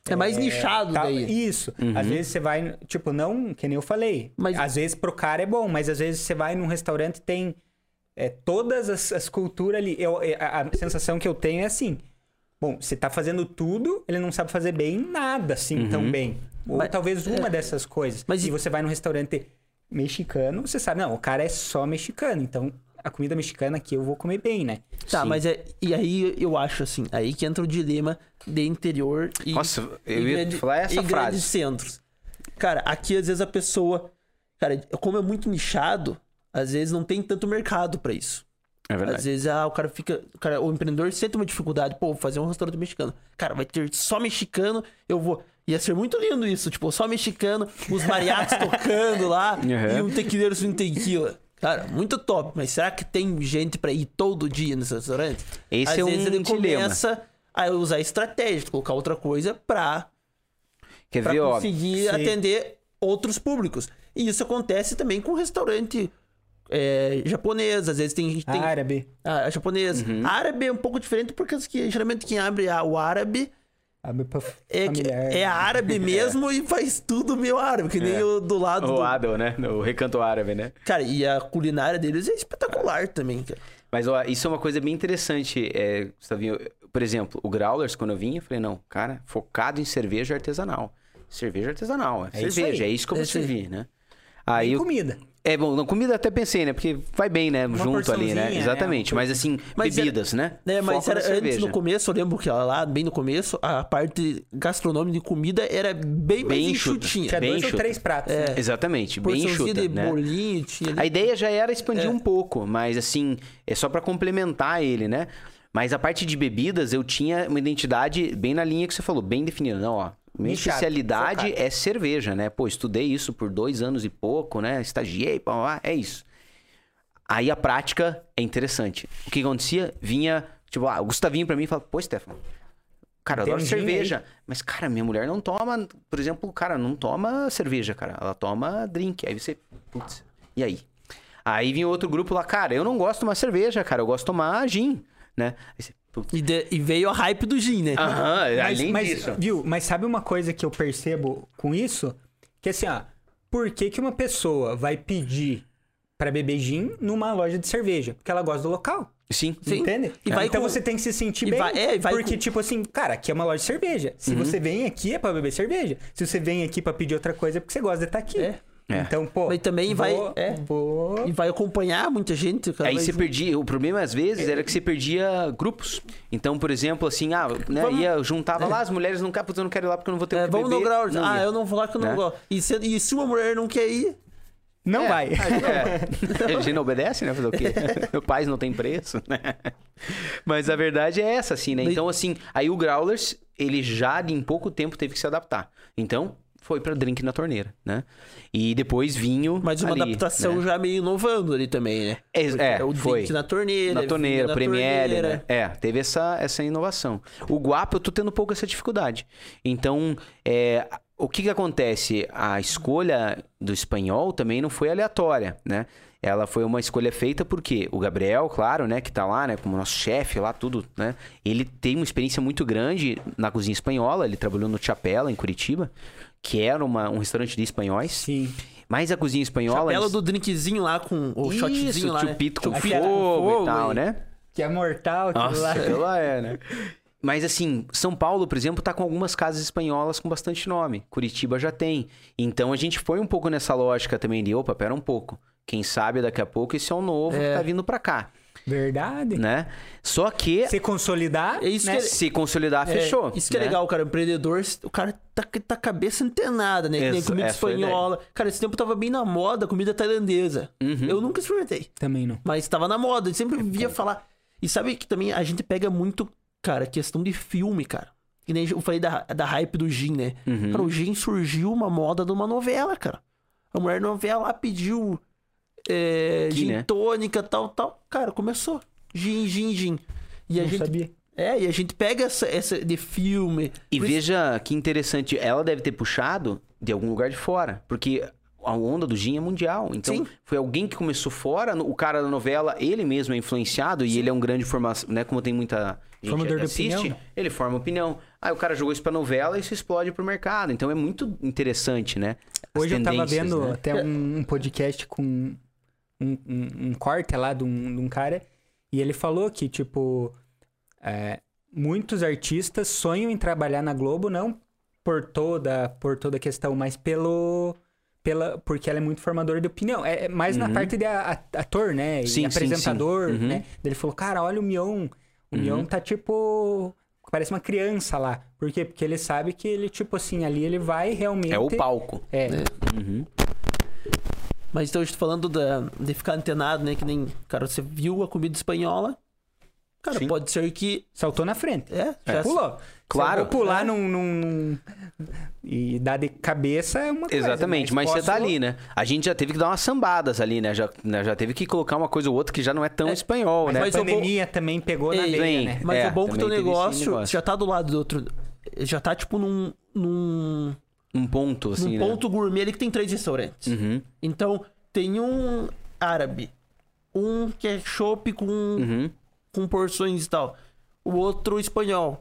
É mais nichado tá- daí. Isso. Às vezes você vai, tipo, não, que nem eu falei. Mas- Às vezes pro cara é bom, mas às vezes você vai num restaurante e tem é, todas as, as culturas ali. Eu, é, a, a sensação que eu tenho é assim. Bom, você tá fazendo tudo, ele não sabe fazer bem nada assim tão bem. Ou Mas- talvez uma dessas coisas. Mas e e- você vai num restaurante mexicano, você sabe, não, o cara é só mexicano, então a comida mexicana aqui eu vou comer bem, né? Tá, Sim. mas é. E aí eu acho assim, aí que entra o dilema de interior e. Nossa, eu e ia grande- falar essa e frase. grandes centros. Cara, aqui às vezes a pessoa. Cara, como é muito nichado, às vezes não tem tanto mercado pra isso. É verdade. Às vezes ah, o cara fica. O, cara, o empreendedor sente uma dificuldade. Pô, vou fazer um restaurante mexicano. Cara, vai ter só mexicano, eu vou. Ia ser muito lindo isso, tipo, só mexicano, os mariachis tocando lá Uhum. e um tequileiro sem tequila. Cara, muito top. Mas será que tem gente pra ir todo dia nesse restaurante? Esse Às é vezes um ele dilema. começa a usar estratégia, colocar outra coisa pra, Quer pra ver, ó? conseguir Sim. atender outros públicos. E isso acontece também com restaurante é, japonês. Às vezes tem gente tem Árabe. ah, japonês. Uhum. Árabe é um pouco diferente porque que, geralmente quem abre a- o árabe Árabe pra é, que- familiar. é árabe mesmo e faz tudo meio árabe, que nem É. o do lado O do... Adel, né? O recanto árabe, né? Cara, e a culinária deles é espetacular também, cara. Mas, ó, isso é uma coisa bem interessante, é, Gustavinho. Por exemplo, o Growlers, quando eu vim, eu falei, não, cara, focado em cerveja artesanal. Cerveja artesanal, é, É isso cerveja, aí. é isso que eu É vou isso aí. servir, né? Tem Aí eu, comida. É, bom, na comida até pensei, né? Porque vai bem, né? Junto ali, né? porçãozinha, Exatamente. né? Mas assim, Mas bebidas, né? É, mas Foco na era, antes, cerveja. no começo, eu lembro que ó, lá, bem no começo, a parte gastronômica de comida era bem, mais Bem enxuta. enxutinha. Tinha bem dois ou enxuta. três pratos. né? Exatamente, bem Porçãozinha enxuta, de né? bolinho, tinha ali. A ideia já era expandir É. um pouco, mas assim, é só pra complementar ele, né? Mas a parte de bebidas, eu tinha uma identidade bem na linha que você falou, bem definida. Não, ó, minha Nichado, especialidade focado. é cerveja, né? Pô, estudei isso por dois anos e pouco, né? Estagiei, pá, pá, é isso. Aí a prática é interessante. O que acontecia? Vinha, tipo, ah, o Gustavinho pra mim e falava, pô, Stefano, cara, eu Tem adoro um gin cerveja. Mas, cara, minha mulher não toma, por exemplo, cara, não toma cerveja, cara. Ela toma drink. Aí você, putz, e aí? Aí vinha outro grupo lá, cara, eu não gosto de tomar cerveja, cara, eu gosto de tomar gin, né? Aí você, putz. E, de- e veio a hype do gin, né? Aham, Mas, além mas, disso. viu? Mas sabe uma coisa que eu percebo com isso? Que assim, ó, por que, que uma pessoa vai pedir pra beber gin numa loja de cerveja? Porque ela gosta do local. Sim. Sim. Entende? E vai então com- você tem que se sentir e bem. vai- é, e vai porque, com- tipo assim, cara, aqui é uma loja de cerveja. Se Uhum. você vem aqui é pra beber cerveja. Se você vem aqui pra pedir outra coisa é porque você gosta de estar aqui. É. É. Então, pô. Mas também vai- vou- é. vou- E vai acompanhar muita gente. Cara, Aí vai você junto. perdia, o problema às vezes era que você perdia grupos. Então, por exemplo, assim, ah, né, Vamos- ia, juntava lá, as mulheres não querem, putz, eu não quero ir lá porque eu não vou ter o É, que vamos beber. no grau. Não Ah, ia. eu não vou lá que eu não Né? gosto. E se, e se uma mulher não quer ir, Não É, vai. É. A gente não obedece, né? Fazer o quê? Meu pai não tem preço, né? Mas a verdade é essa, assim, né? Então, assim, aí o Growlers, ele já em pouco tempo teve que se adaptar. Então, foi pra drink na torneira, né? E depois vinho. mas uma ali, adaptação né? já meio inovando ali também, né? É, Porque é, o foi. drink na torneira. Na vinho torneira, na Premiere, torneira. né? É, teve essa, essa inovação. O Guapo, eu tô tendo um pouco essa dificuldade. Então, é, o que que acontece? A escolha do espanhol também não foi aleatória, né? Ela foi uma escolha feita porque o Gabriel, claro, né, que tá lá, né, como nosso chefe lá, tudo, né? Ele tem uma experiência muito grande na cozinha espanhola, ele trabalhou no Chapela, em Curitiba, que era uma, um restaurante de espanhóis. Sim. Mas a cozinha espanhola... Chapela do drinkzinho lá com o Isso, shotzinho lá, né? chupito com Chupito fogo, e tal, e- né? Que é mortal, aquilo Nossa, lá. ela é, né? Mas assim, São Paulo, por exemplo, tá com algumas casas espanholas com bastante nome. Curitiba já tem. Então a gente foi um pouco nessa lógica também de, opa, pera um pouco. Quem sabe daqui a pouco esse é o novo É. que tá vindo pra cá, Verdade. né? Só que Se consolidar, É isso né? que se consolidar, É, fechou. Isso que é né? legal, cara. O empreendedor, o cara tá com a cabeça antenada, né? Que nem Essa- comida essa foi a espanhola. Cara, esse tempo tava bem na moda, comida tailandesa. Uhum. Eu nunca experimentei, Também não. mas tava na moda. Eu sempre via falar. E sabe que também a gente pega muito, cara, questão de filme, cara. Que nem eu falei da, da hype do gin, né? Uhum. Cara, o gin surgiu uma moda de uma novela, cara. A mulher novela lá pediu é, Aqui, gin né? tônica, tal, tal. Cara, começou. Gin, gin, gin. E a Não gente. sabia. É, e a gente pega essa, essa de filme. E Por isso- veja que interessante, ela deve ter puxado de algum lugar de fora. Porque a onda do gin é mundial. Então, Sim. foi alguém que começou fora, o cara da novela, ele mesmo é influenciado e ele é um grande formação, né? Como tem muita gente Formador que de assiste, opinião. ele forma opinião. Aí o cara jogou isso pra novela e isso explode pro mercado. Então, é muito interessante, né? As Hoje eu tava tendências, vendo né? até um, um podcast com um, um, um corte lá de um, de um cara e ele falou que, tipo, é, muitos artistas sonham em trabalhar na Globo, não por toda, por toda a questão, mas pelo... Pela, porque ela é muito formadora de opinião. É, é mais na parte de a, a, ator, né? E Sim, sim, apresentador, sim. Uhum. né? Ele falou, cara, olha o Mion. O Uhum. Mion tá tipo... Parece uma criança lá. Por quê? Porque ele sabe que ele, tipo assim, ali ele vai realmente... É o palco. É. Uhum. Mas então, eu estou falando da, de ficar antenado, né? Que nem, cara, você viu a comida espanhola. Cara, Sim. pode ser que... Saltou na frente. É, Já já pulou. Claro. Se eu vou pular É. num, num, num- E dar de cabeça é uma coisa. Exatamente, mas, você posso- tá ali, né? A gente já teve que dar umas sambadas ali, né? Já, né? já teve que colocar uma coisa ou outra que já não é tão É, espanhol, Mas né? a Mas eu vou- pandemia também pegou na Ei, veia, vem. né? Mas É, o bom que o teu também teve esse negócio, negócio. já tá do lado do outro... Já tá, tipo, num... Num, Um ponto, assim, num né? ponto gourmet ali que tem três restaurantes. Uhum, Então, tem um árabe. Um que é chopp com... uhum. com porções e tal. O outro espanhol.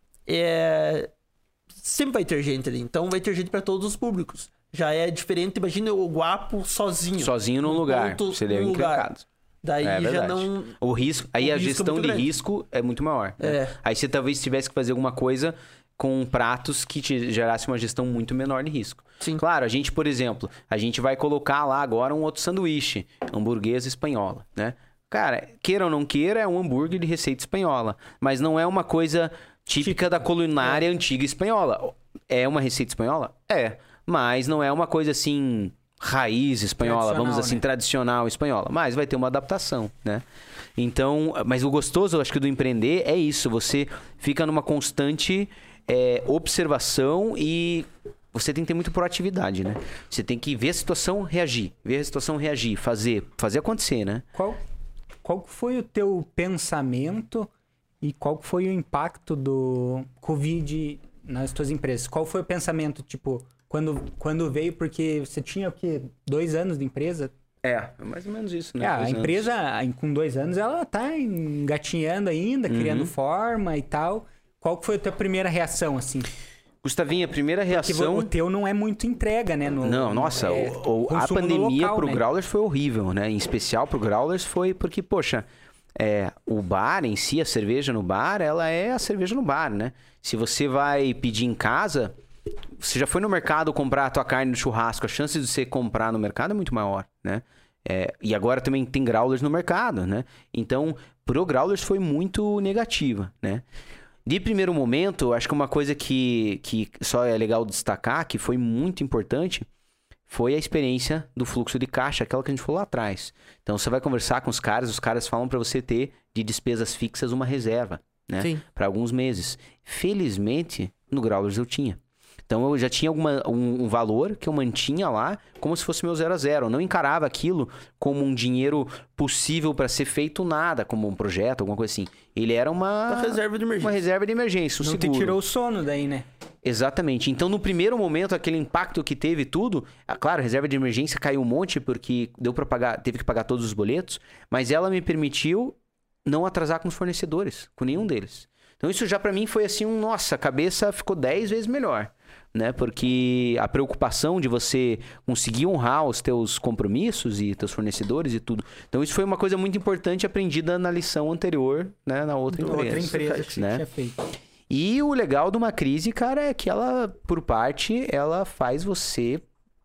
É... Sempre vai ter gente ali. Então vai ter gente pra todos os públicos. Já é diferente. Imagina o Guapo sozinho. Sozinho num lugar. ponto, Seria num lugar. encrencado. Daí É já verdade. não... O risco, aí O a risco é gestão muito de grande. risco é muito maior. né? É. Aí você talvez tivesse que fazer alguma coisa com pratos que te gerasse uma gestão muito menor de risco. Sim. Claro, a gente, por exemplo, a gente vai colocar lá agora um outro sanduíche, hamburguesa espanhola, né? Cara, queira ou não queira, é um hambúrguer de receita espanhola, mas não é uma coisa típica da culinária antiga espanhola. É uma receita espanhola? É, mas não é uma coisa assim raiz espanhola, vamos Tradicional, assim, né? tradicional espanhola, mas vai ter uma adaptação, né? Então, mas o gostoso, eu acho que do empreender é isso, você fica numa constante é, observação e você tem que ter muita proatividade, né? Você tem que ver a situação, reagir, ver a situação, reagir, fazer, fazer acontecer, né? Qual, qual que foi o teu pensamento e qual que foi o impacto do Covid nas tuas empresas? Qual foi o pensamento, tipo, quando, quando veio, porque você tinha o quê? Dois anos de empresa? É, mais ou menos isso, né? É, a Dois anos. empresa, em- com dois anos, ela tá engatinhando ainda, criando Uhum. forma e tal. Qual que foi a tua primeira reação, assim? Gustavinha, a primeira Que reação... o teu não é muito entrega, né? No, Não, nossa, é, o- o- a consumo no pandemia local, pro né? Growlers foi horrível, né? Em especial pro Growlers foi porque, poxa, é, o bar em si, a cerveja no bar, ela é a cerveja no bar, né? Se você vai pedir em casa, você já foi no mercado comprar a tua carne no churrasco, a chance de você comprar no mercado é muito maior, né? É, e agora também tem Growlers no mercado, né? Então, pro Growlers foi muito negativa, né? De primeiro momento, acho que uma coisa que, que só é legal destacar, que foi muito importante, foi a experiência do fluxo de caixa, aquela que a gente falou lá atrás. Então, você vai conversar com os caras, os caras falam para você ter de despesas fixas uma reserva, né? Sim. Para alguns meses. Felizmente, no Growlers eu tinha. Então, eu já tinha alguma, um, um valor que eu mantinha lá como se fosse meu zero a zero. Eu não encarava aquilo como um dinheiro possível para ser feito nada, como um projeto, alguma coisa assim. Ele era uma... Uma reserva de emergência. Uma reserva de emergência, um Não seguro. te tirou o sono daí, né? Exatamente. Então, no primeiro momento, aquele impacto que teve tudo, ah, claro, a reserva de emergência caiu um monte porque deu para pagar, teve que pagar todos os boletos, mas ela me permitiu não atrasar com os fornecedores, com nenhum deles. Então, isso já para mim foi assim, um, nossa, a cabeça ficou dez vezes melhor, né? Porque a preocupação de você conseguir honrar os teus compromissos e teus fornecedores e tudo. Então, isso foi uma coisa muito importante aprendida na lição anterior, né, na outra empresa. Outra empresa que você né? tinha feito. E o legal de uma crise, cara, é que ela, por parte, ela faz você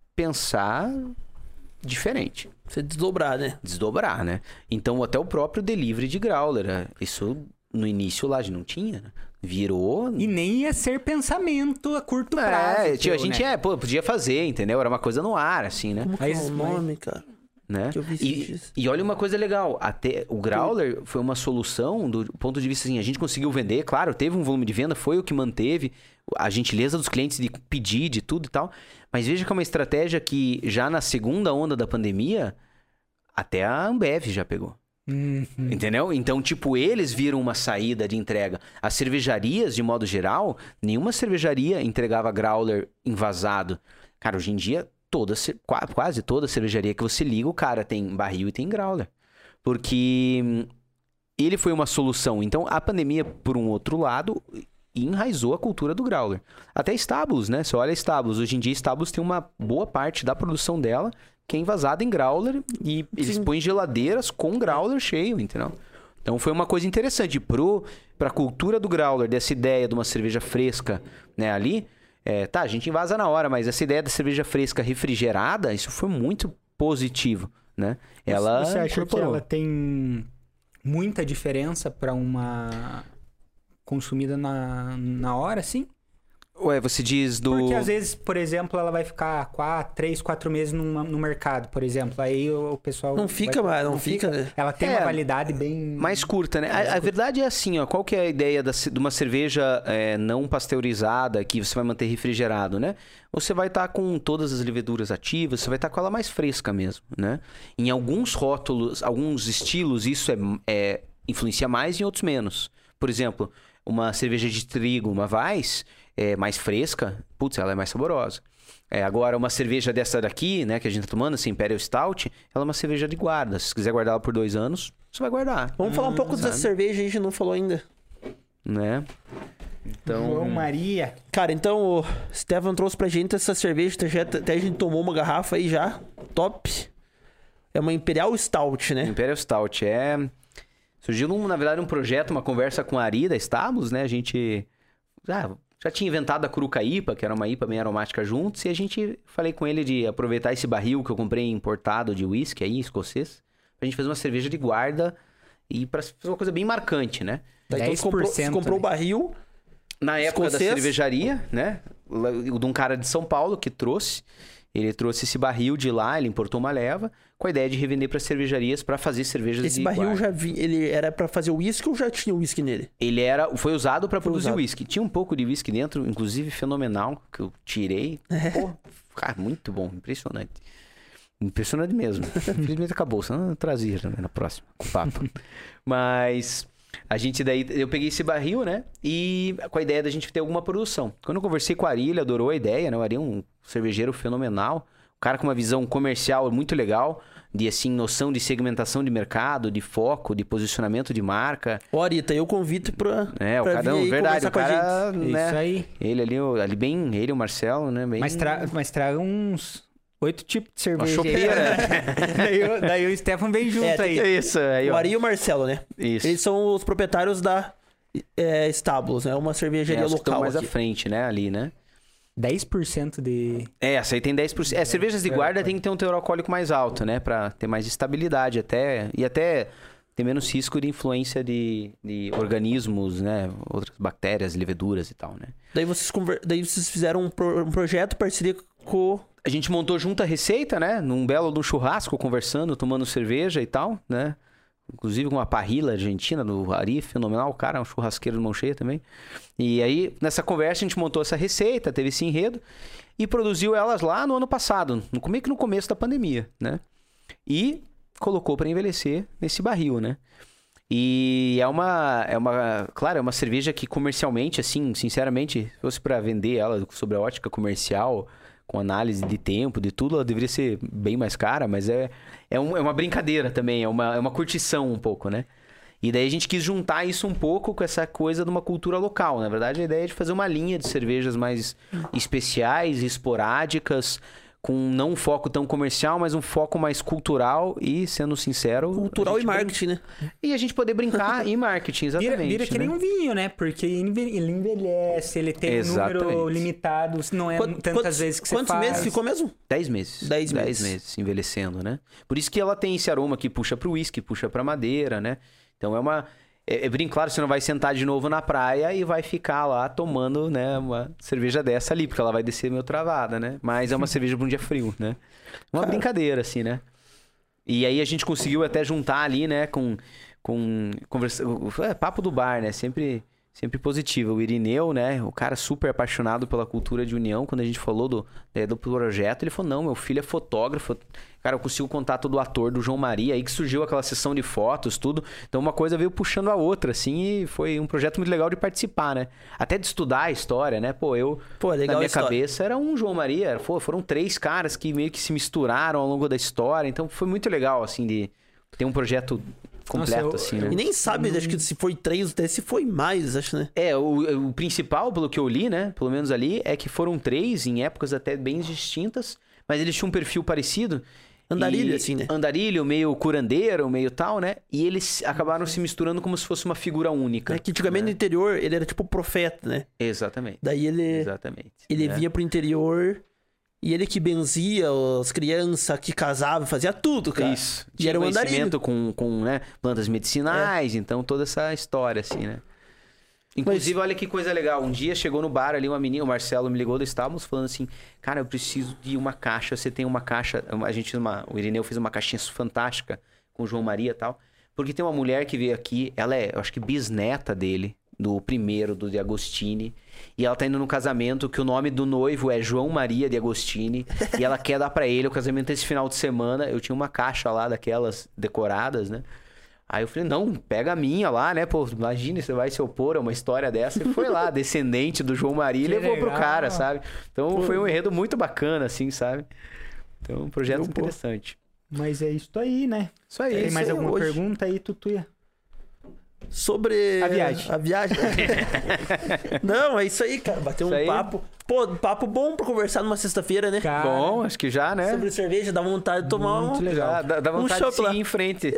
pensar diferente. Você desdobrar, né? Desdobrar, né? Então, até o próprio delivery de Growler, né? Isso no início lá a gente não tinha, né? Virou... E nem ia ser pensamento a curto prazo. É, tio, a teu, gente né? é, pô, podia fazer, entendeu? Era uma coisa no ar, assim, né? Como que Mas- é o nome, cara? né? Que eu vi esses E, dias. e olha uma coisa legal, até o Growler foi uma solução do ponto de vista assim, a gente conseguiu vender, claro, teve um volume de venda, foi o que manteve a gentileza dos clientes de pedir, de tudo e tal, mas veja que é uma estratégia que já na segunda onda da pandemia, até a Ambev já pegou. Uhum. Entendeu? Então, tipo, eles viram uma saída de entrega. As cervejarias, de modo geral, nenhuma cervejaria entregava Growler envasado. Cara, hoje em dia, toda, quase toda cervejaria que você liga, o cara tem barril e tem growler. Porque ele foi uma solução. Então, a pandemia, por um outro lado, enraizou a cultura do growler. Até Stablos, né? Você olha Stablos. Hoje em dia, Stablos tem uma boa parte da produção dela que é envasada em growler e eles Sim. põem geladeiras com growler cheio, entendeu? Então, foi uma coisa interessante. Para a cultura do growler, dessa ideia de uma cerveja fresca, né, ali... É, tá, a gente invasa na hora, mas essa ideia da cerveja fresca refrigerada, isso foi muito positivo, né? Ela Você acha que ela tem muita diferença para uma consumida na, na hora, sim? Ué, você diz do... Porque às vezes, por exemplo, ela vai ficar quatro, três, quatro meses no, no mercado, por exemplo. Aí o, o pessoal... Não fica, vai, mas não, não fica, fica. né? Ela tem é, uma validade bem... mais curta, né? A, a verdade é assim, ó. Qual que é a ideia da, de uma cerveja é, não pasteurizada que você vai manter refrigerado, né? Você vai estar tá com todas as leveduras ativas, você vai estar tá com ela mais fresca mesmo, né? Em alguns rótulos, alguns estilos, isso é, é, influencia mais, em outros menos. Por exemplo, uma cerveja de trigo, uma Weiss... É mais fresca, putz, ela é mais saborosa. É, agora, uma cerveja dessa daqui, né, que a gente tá tomando, essa Imperial Stout, ela é uma cerveja de guarda. Se quiser guardar ela por dois anos, você vai guardar. Vamos hum, falar um pouco sabe? dessa cerveja, a gente não falou ainda. Né? Então... João Maria. Cara, então o Stefan trouxe pra gente essa cerveja, até a gente tomou uma garrafa aí já, top. É uma Imperial Stout, né? Imperial Stout, é... Surgiu, na verdade, um projeto, uma conversa com a Ari da Stablos, né? A gente... Ah, já tinha inventado a Curuca I P A, que era uma I P A bem aromática juntos, e a gente, falei com ele de aproveitar esse barril que eu comprei importado de whisky aí, escocês, pra gente fazer uma cerveja de guarda e pra fazer uma coisa bem marcante, né? Daí então, você comprou, você comprou o barril na época escocês. Da cervejaria, né? De um cara de São Paulo que trouxe. Ele trouxe esse barril de lá, ele importou uma leva, com a ideia de revender para cervejarias para fazer cervejas esse de barril guarda. já vi, ele era para fazer uísque ou já tinha uísque nele? Ele era, foi usado para produzir uísque. Tinha um pouco de uísque dentro, inclusive fenomenal, que eu tirei. É. Pô, cara, muito bom, impressionante. Impressionante mesmo. Infelizmente acabou, senão eu trazia na próxima, com o papo. Mas a gente daí, eu peguei esse barril, né? E com a ideia da gente ter alguma produção. Quando eu conversei com o Ari, ele adorou a ideia, né? O Ari é um cervejeiro fenomenal. Um cara com uma visão comercial muito legal. De, assim, noção de segmentação de mercado, de foco, de posicionamento de marca. Ó, Arita, eu convito pra, é, o pra cara, vir aí verdade, o cara, né? Isso aí. Ele ali, ali bem, ele e o Marcelo, né? Bem... Mas, tra mas traga uns... Oito tipos de cerveja. Uma chopeira. daí, o, daí o Stefan vem junto é, aí. É isso aí, ó. O Ari e o Marcelo, né? Isso. Eles são os proprietários da é, Stablos, né? Uma cervejaria é, local mais aqui. à frente, né? Ali, né? dez por cento de... É, essa aí tem dez por cento. É, cervejas de guarda tem que ter um teor alcoólico mais alto, né? Pra ter mais estabilidade até... E até ter menos risco de influência de, de organismos, né? Outras bactérias, leveduras e tal, né? Daí vocês, conver... Daí vocês fizeram um, pro... um projeto, parceria com... A gente montou junto a receita, né? Num belo do churrasco, conversando, tomando cerveja e tal, né? Inclusive com uma parrilla argentina do Ari, fenomenal, cara, um churrasqueiro de mão cheia também. E aí, nessa conversa, a gente montou essa receita, teve esse enredo e produziu elas lá no ano passado, no, meio que no começo da pandemia, né? E colocou para envelhecer nesse barril, né? E é uma, é uma, claro, é uma cerveja que comercialmente, assim, sinceramente, se fosse para vender ela sobre a ótica comercial, com análise de tempo, de tudo, ela deveria ser bem mais cara, mas é, é, um, é uma brincadeira também, é uma, é uma curtição um pouco, né? E daí a gente quis juntar isso um pouco com essa coisa de uma cultura local. Na verdade, a ideia é de fazer uma linha de cervejas mais especiais, esporádicas, com não um foco tão comercial, mas um foco mais cultural e, sendo sincero... Cultural e marketing, brin... né? E a gente poder brincar em marketing, exatamente. Vira, vira que né? nem um vinho, né? Porque ele envelhece, ele tem exatamente. um número limitado, não é Quanto, tantas quantos, vezes que você quantos faz. Quantos meses ficou mesmo? Dez meses. Dez meses. Dez meses envelhecendo, né? Por isso que ela tem esse aroma que puxa pro uísque, puxa pra madeira, né? Então é uma... É, é bem claro, você não vai sentar de novo na praia e vai ficar lá tomando, né, uma cerveja dessa ali, porque ela vai descer meio travada, né? Mas é uma cerveja pra um dia frio, né? Uma Cara. brincadeira, assim, né? E aí a gente conseguiu até juntar ali, né, com... com conversa... é, papo do bar, né? Sempre sempre positiva. O Irineu, né? O cara super apaixonado pela cultura de união. Quando a gente falou do, é, do projeto, ele falou, não, meu filho é fotógrafo. Cara, eu consigo contato do ator, do João Maria. Aí que surgiu aquela sessão de fotos, tudo. Então uma coisa veio puxando a outra, assim. E foi um projeto muito legal de participar, né? Até de estudar a história, né? Pô, eu, Pô, legal na minha a história. cabeça, era um João Maria. Pô, foram três caras que meio que se misturaram ao longo da história. Então foi muito legal, assim, de ter um projeto completo, Nossa, eu- assim, eu- né? E nem sabe, acho que se foi três, até se foi mais, acho, né? É, o, o principal, pelo que eu li, né? Pelo menos ali, é que foram três em épocas até bem distintas, mas eles tinham um perfil parecido. Andarilho, E- assim, né? Andarilho, meio curandeiro, meio tal, né? E eles acabaram se misturando como se fosse uma figura única. É que antigamente no interior ele era tipo profeta, né? Exatamente. Daí ele, Exatamente. ele né? vinha pro interior e ele que benzia as crianças, que casava, fazia tudo, cara. Isso. E Tinha era um andarilho. conhecimento com, com né, plantas medicinais, então toda essa história, assim, né? Inclusive, olha que coisa legal. Um dia chegou no bar ali uma menina, o Marcelo me ligou, nós estávamos falando assim, cara, eu preciso de uma caixa. Você tem uma caixa, a gente, uma, o Irineu fez uma caixinha fantástica com o João Maria e tal. Porque tem uma mulher que veio aqui, ela é, eu acho que bisneta dele, do primeiro, do de Agostini. E ela tá indo no casamento, que o nome do noivo é João Maria de Agostini. E ela quer dar pra ele o casamento esse final de semana. Eu tinha uma caixa lá, daquelas decoradas, né? Aí eu falei, não, pega a minha lá, né? Pô, imagina, você vai se opor a uma história dessa. E foi lá, descendente do João Maria, e Que levou pro legal. cara, sabe? Então Pô. foi um enredo muito bacana, assim, sabe? Então, um projeto Eu, pô. interessante. Mas é isso aí, né? Isso aí. Tem isso mais aí, alguma hoje. pergunta aí, Tutuia? Sobre A viagem. A viagem. Não, é isso aí, cara. Bater um Isso aí. papo. Pô, papo bom pra conversar numa sexta-feira, né? Cara, Bom, acho que já, né? Sobre cerveja, dá vontade de tomar Muito um. legal. Já, dá, dá Um vontade de chopp lá. seguir em frente.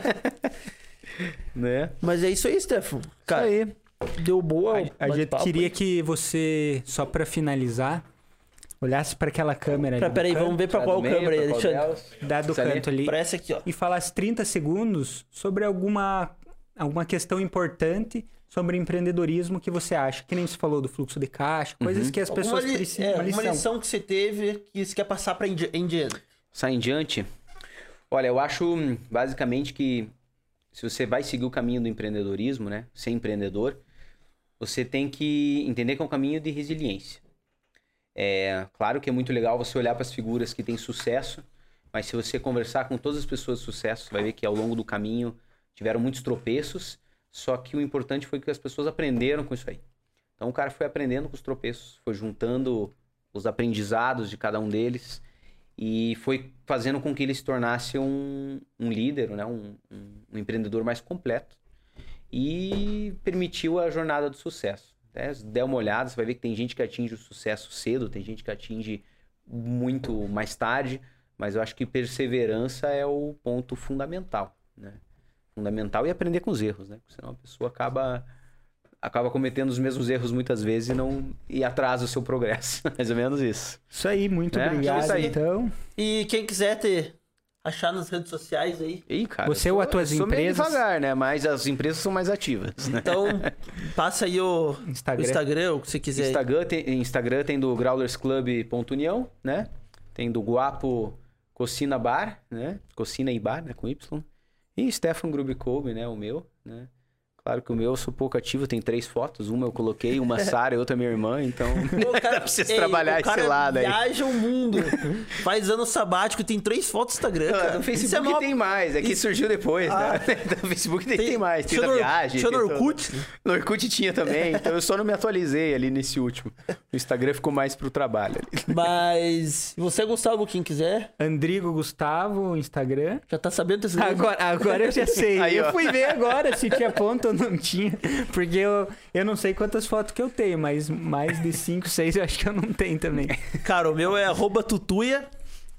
né? Mas é isso aí, Stefan. Cara, Isso aí. deu boa. A, a gente bate-papo queria aí. que você, só pra finalizar, olhasse pra aquela câmera Pra, ali. do peraí, canto, vamos ver pra Tá qual do meio, câmera aí, pra qual Alexandre. delas? Da do Essa ali? canto ali. Pra essa aqui, ó. E falasse trinta segundos sobre alguma, alguma questão importante sobre empreendedorismo que você acha. Que nem você falou do fluxo de caixa, coisas que as Alguma pessoas li- precisam. é, uma uma lição. lição que você teve que você quer passar pra indi- em diante. Sai em diante. Olha, eu acho hum, basicamente que se você vai seguir o caminho do empreendedorismo, né? Ser empreendedor, você tem que entender que é um caminho de resiliência. É claro que é muito legal você olhar para as figuras que têm sucesso, mas se você conversar com todas as pessoas de sucesso, você vai ver que ao longo do caminho tiveram muitos tropeços, só que o importante foi que as pessoas aprenderam com isso aí. Então o cara foi aprendendo com os tropeços, foi juntando os aprendizados de cada um deles e foi fazendo com que ele se tornasse um, um líder, né? um, um, um empreendedor mais completo e permitiu a jornada do sucesso. Né? Se der uma olhada, você vai ver que tem gente que atinge o sucesso cedo, tem gente que atinge muito mais tarde, mas eu acho que perseverança é o ponto fundamental, né? Fundamental e aprender com os erros, né? Porque senão a pessoa acaba acaba cometendo os mesmos erros muitas vezes e não e atrasa o seu progresso. Mais ou menos isso. Isso aí, muito É, obrigado. isso aí. Então, E quem quiser ter, achar nas redes sociais aí. E, cara, Você eu ou sou- as tuas eu sou meio empresas? devagar, né? Mas as empresas são mais ativas, né? Então, passa aí o o Instagram. Instagram, o que você quiser. aí. Instagram tem, Instagram tem do growlersclub.união, né? Tem do Guapo Cocina Bar, né? Cocina e Bar, né? Com Y. E Stefan Grubikobe, né? O meu, né? Claro que o meu eu sou pouco ativo, tem três fotos. Uma eu coloquei, uma Sara e outra minha irmã, então Pô, o cara, dá pra vocês ei, trabalhar o cara esse lado aí. viaja o mundo. Faz ano sabático, tem três fotos no Instagram, cara. No Isso é Facebook mó- tem mais, é que isso- surgiu depois, Ah. né? No Facebook tem, tem mais, tem Tinha da no- viagem. Tinha no tem todo- Orkut. No Orkut tinha também, então eu só não me atualizei ali nesse último. O Instagram ficou mais pro trabalho ali. Mas, se você, Gustavo, quem quiser, Andrigo Gustavo, Instagram. já tá sabendo desse Agora, agora eu já sei. Aí, eu ó. fui ver agora se tinha ponto ou não tinha. Porque eu, eu não sei quantas fotos que eu tenho, mas mais de cinco, seis eu acho que eu não tenho também. Cara, o meu é arroba tutuia.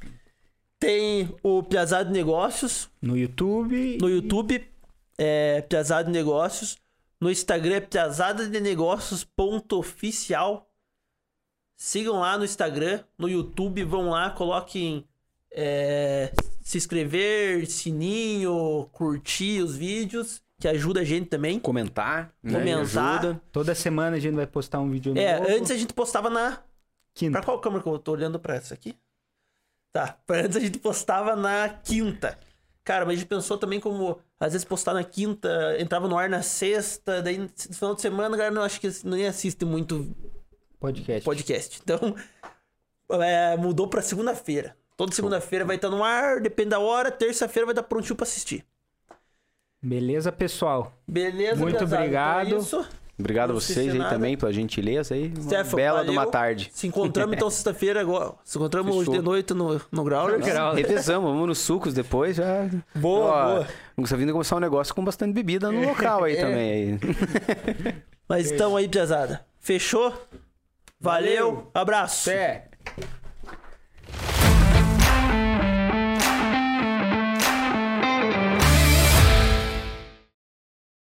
Tem o Piazada de Negócios No YouTube. no YouTube, é Piazada de Negócios. No Instagram é piazada de negócios ponto oficial. Sigam lá no Instagram, no YouTube, vão lá, coloquem é, se inscrever, sininho, curtir os vídeos, que ajuda a gente também. Comentar, né? Comentar. Ajuda. Toda semana a gente vai postar um vídeo É, novo. antes a gente postava na... Quinta. Pra qual câmera que eu tô olhando pra essa aqui? Tá, pra antes a gente postava na quinta. Cara, mas a gente pensou também como, às vezes, postar na quinta, entrava no ar na sexta, daí no final de semana, a galera não acho que nem assiste muito Podcast. podcast. Então, é, mudou pra segunda-feira. Toda segunda-feira vai estar no ar, depende da hora, terça-feira vai estar prontinho pra assistir. Beleza, pessoal? Beleza, Muito pesado? obrigado. Então é isso. Obrigado a Não vocês esqueci aí nada. também pela gentileza aí. Uma Stefan, bela de valeu. uma tarde. Se encontramos então sexta-feira agora. Se encontramos Fechou. hoje de noite no, no Growlers. Revezamos, vamos nos sucos depois já. Boa, Ó, boa. O Gustavo vindo começar um negócio com bastante bebida no local aí também. Aí. Mas então aí, piazada. Fechou? Valeu. Valeu. Abraço. Até.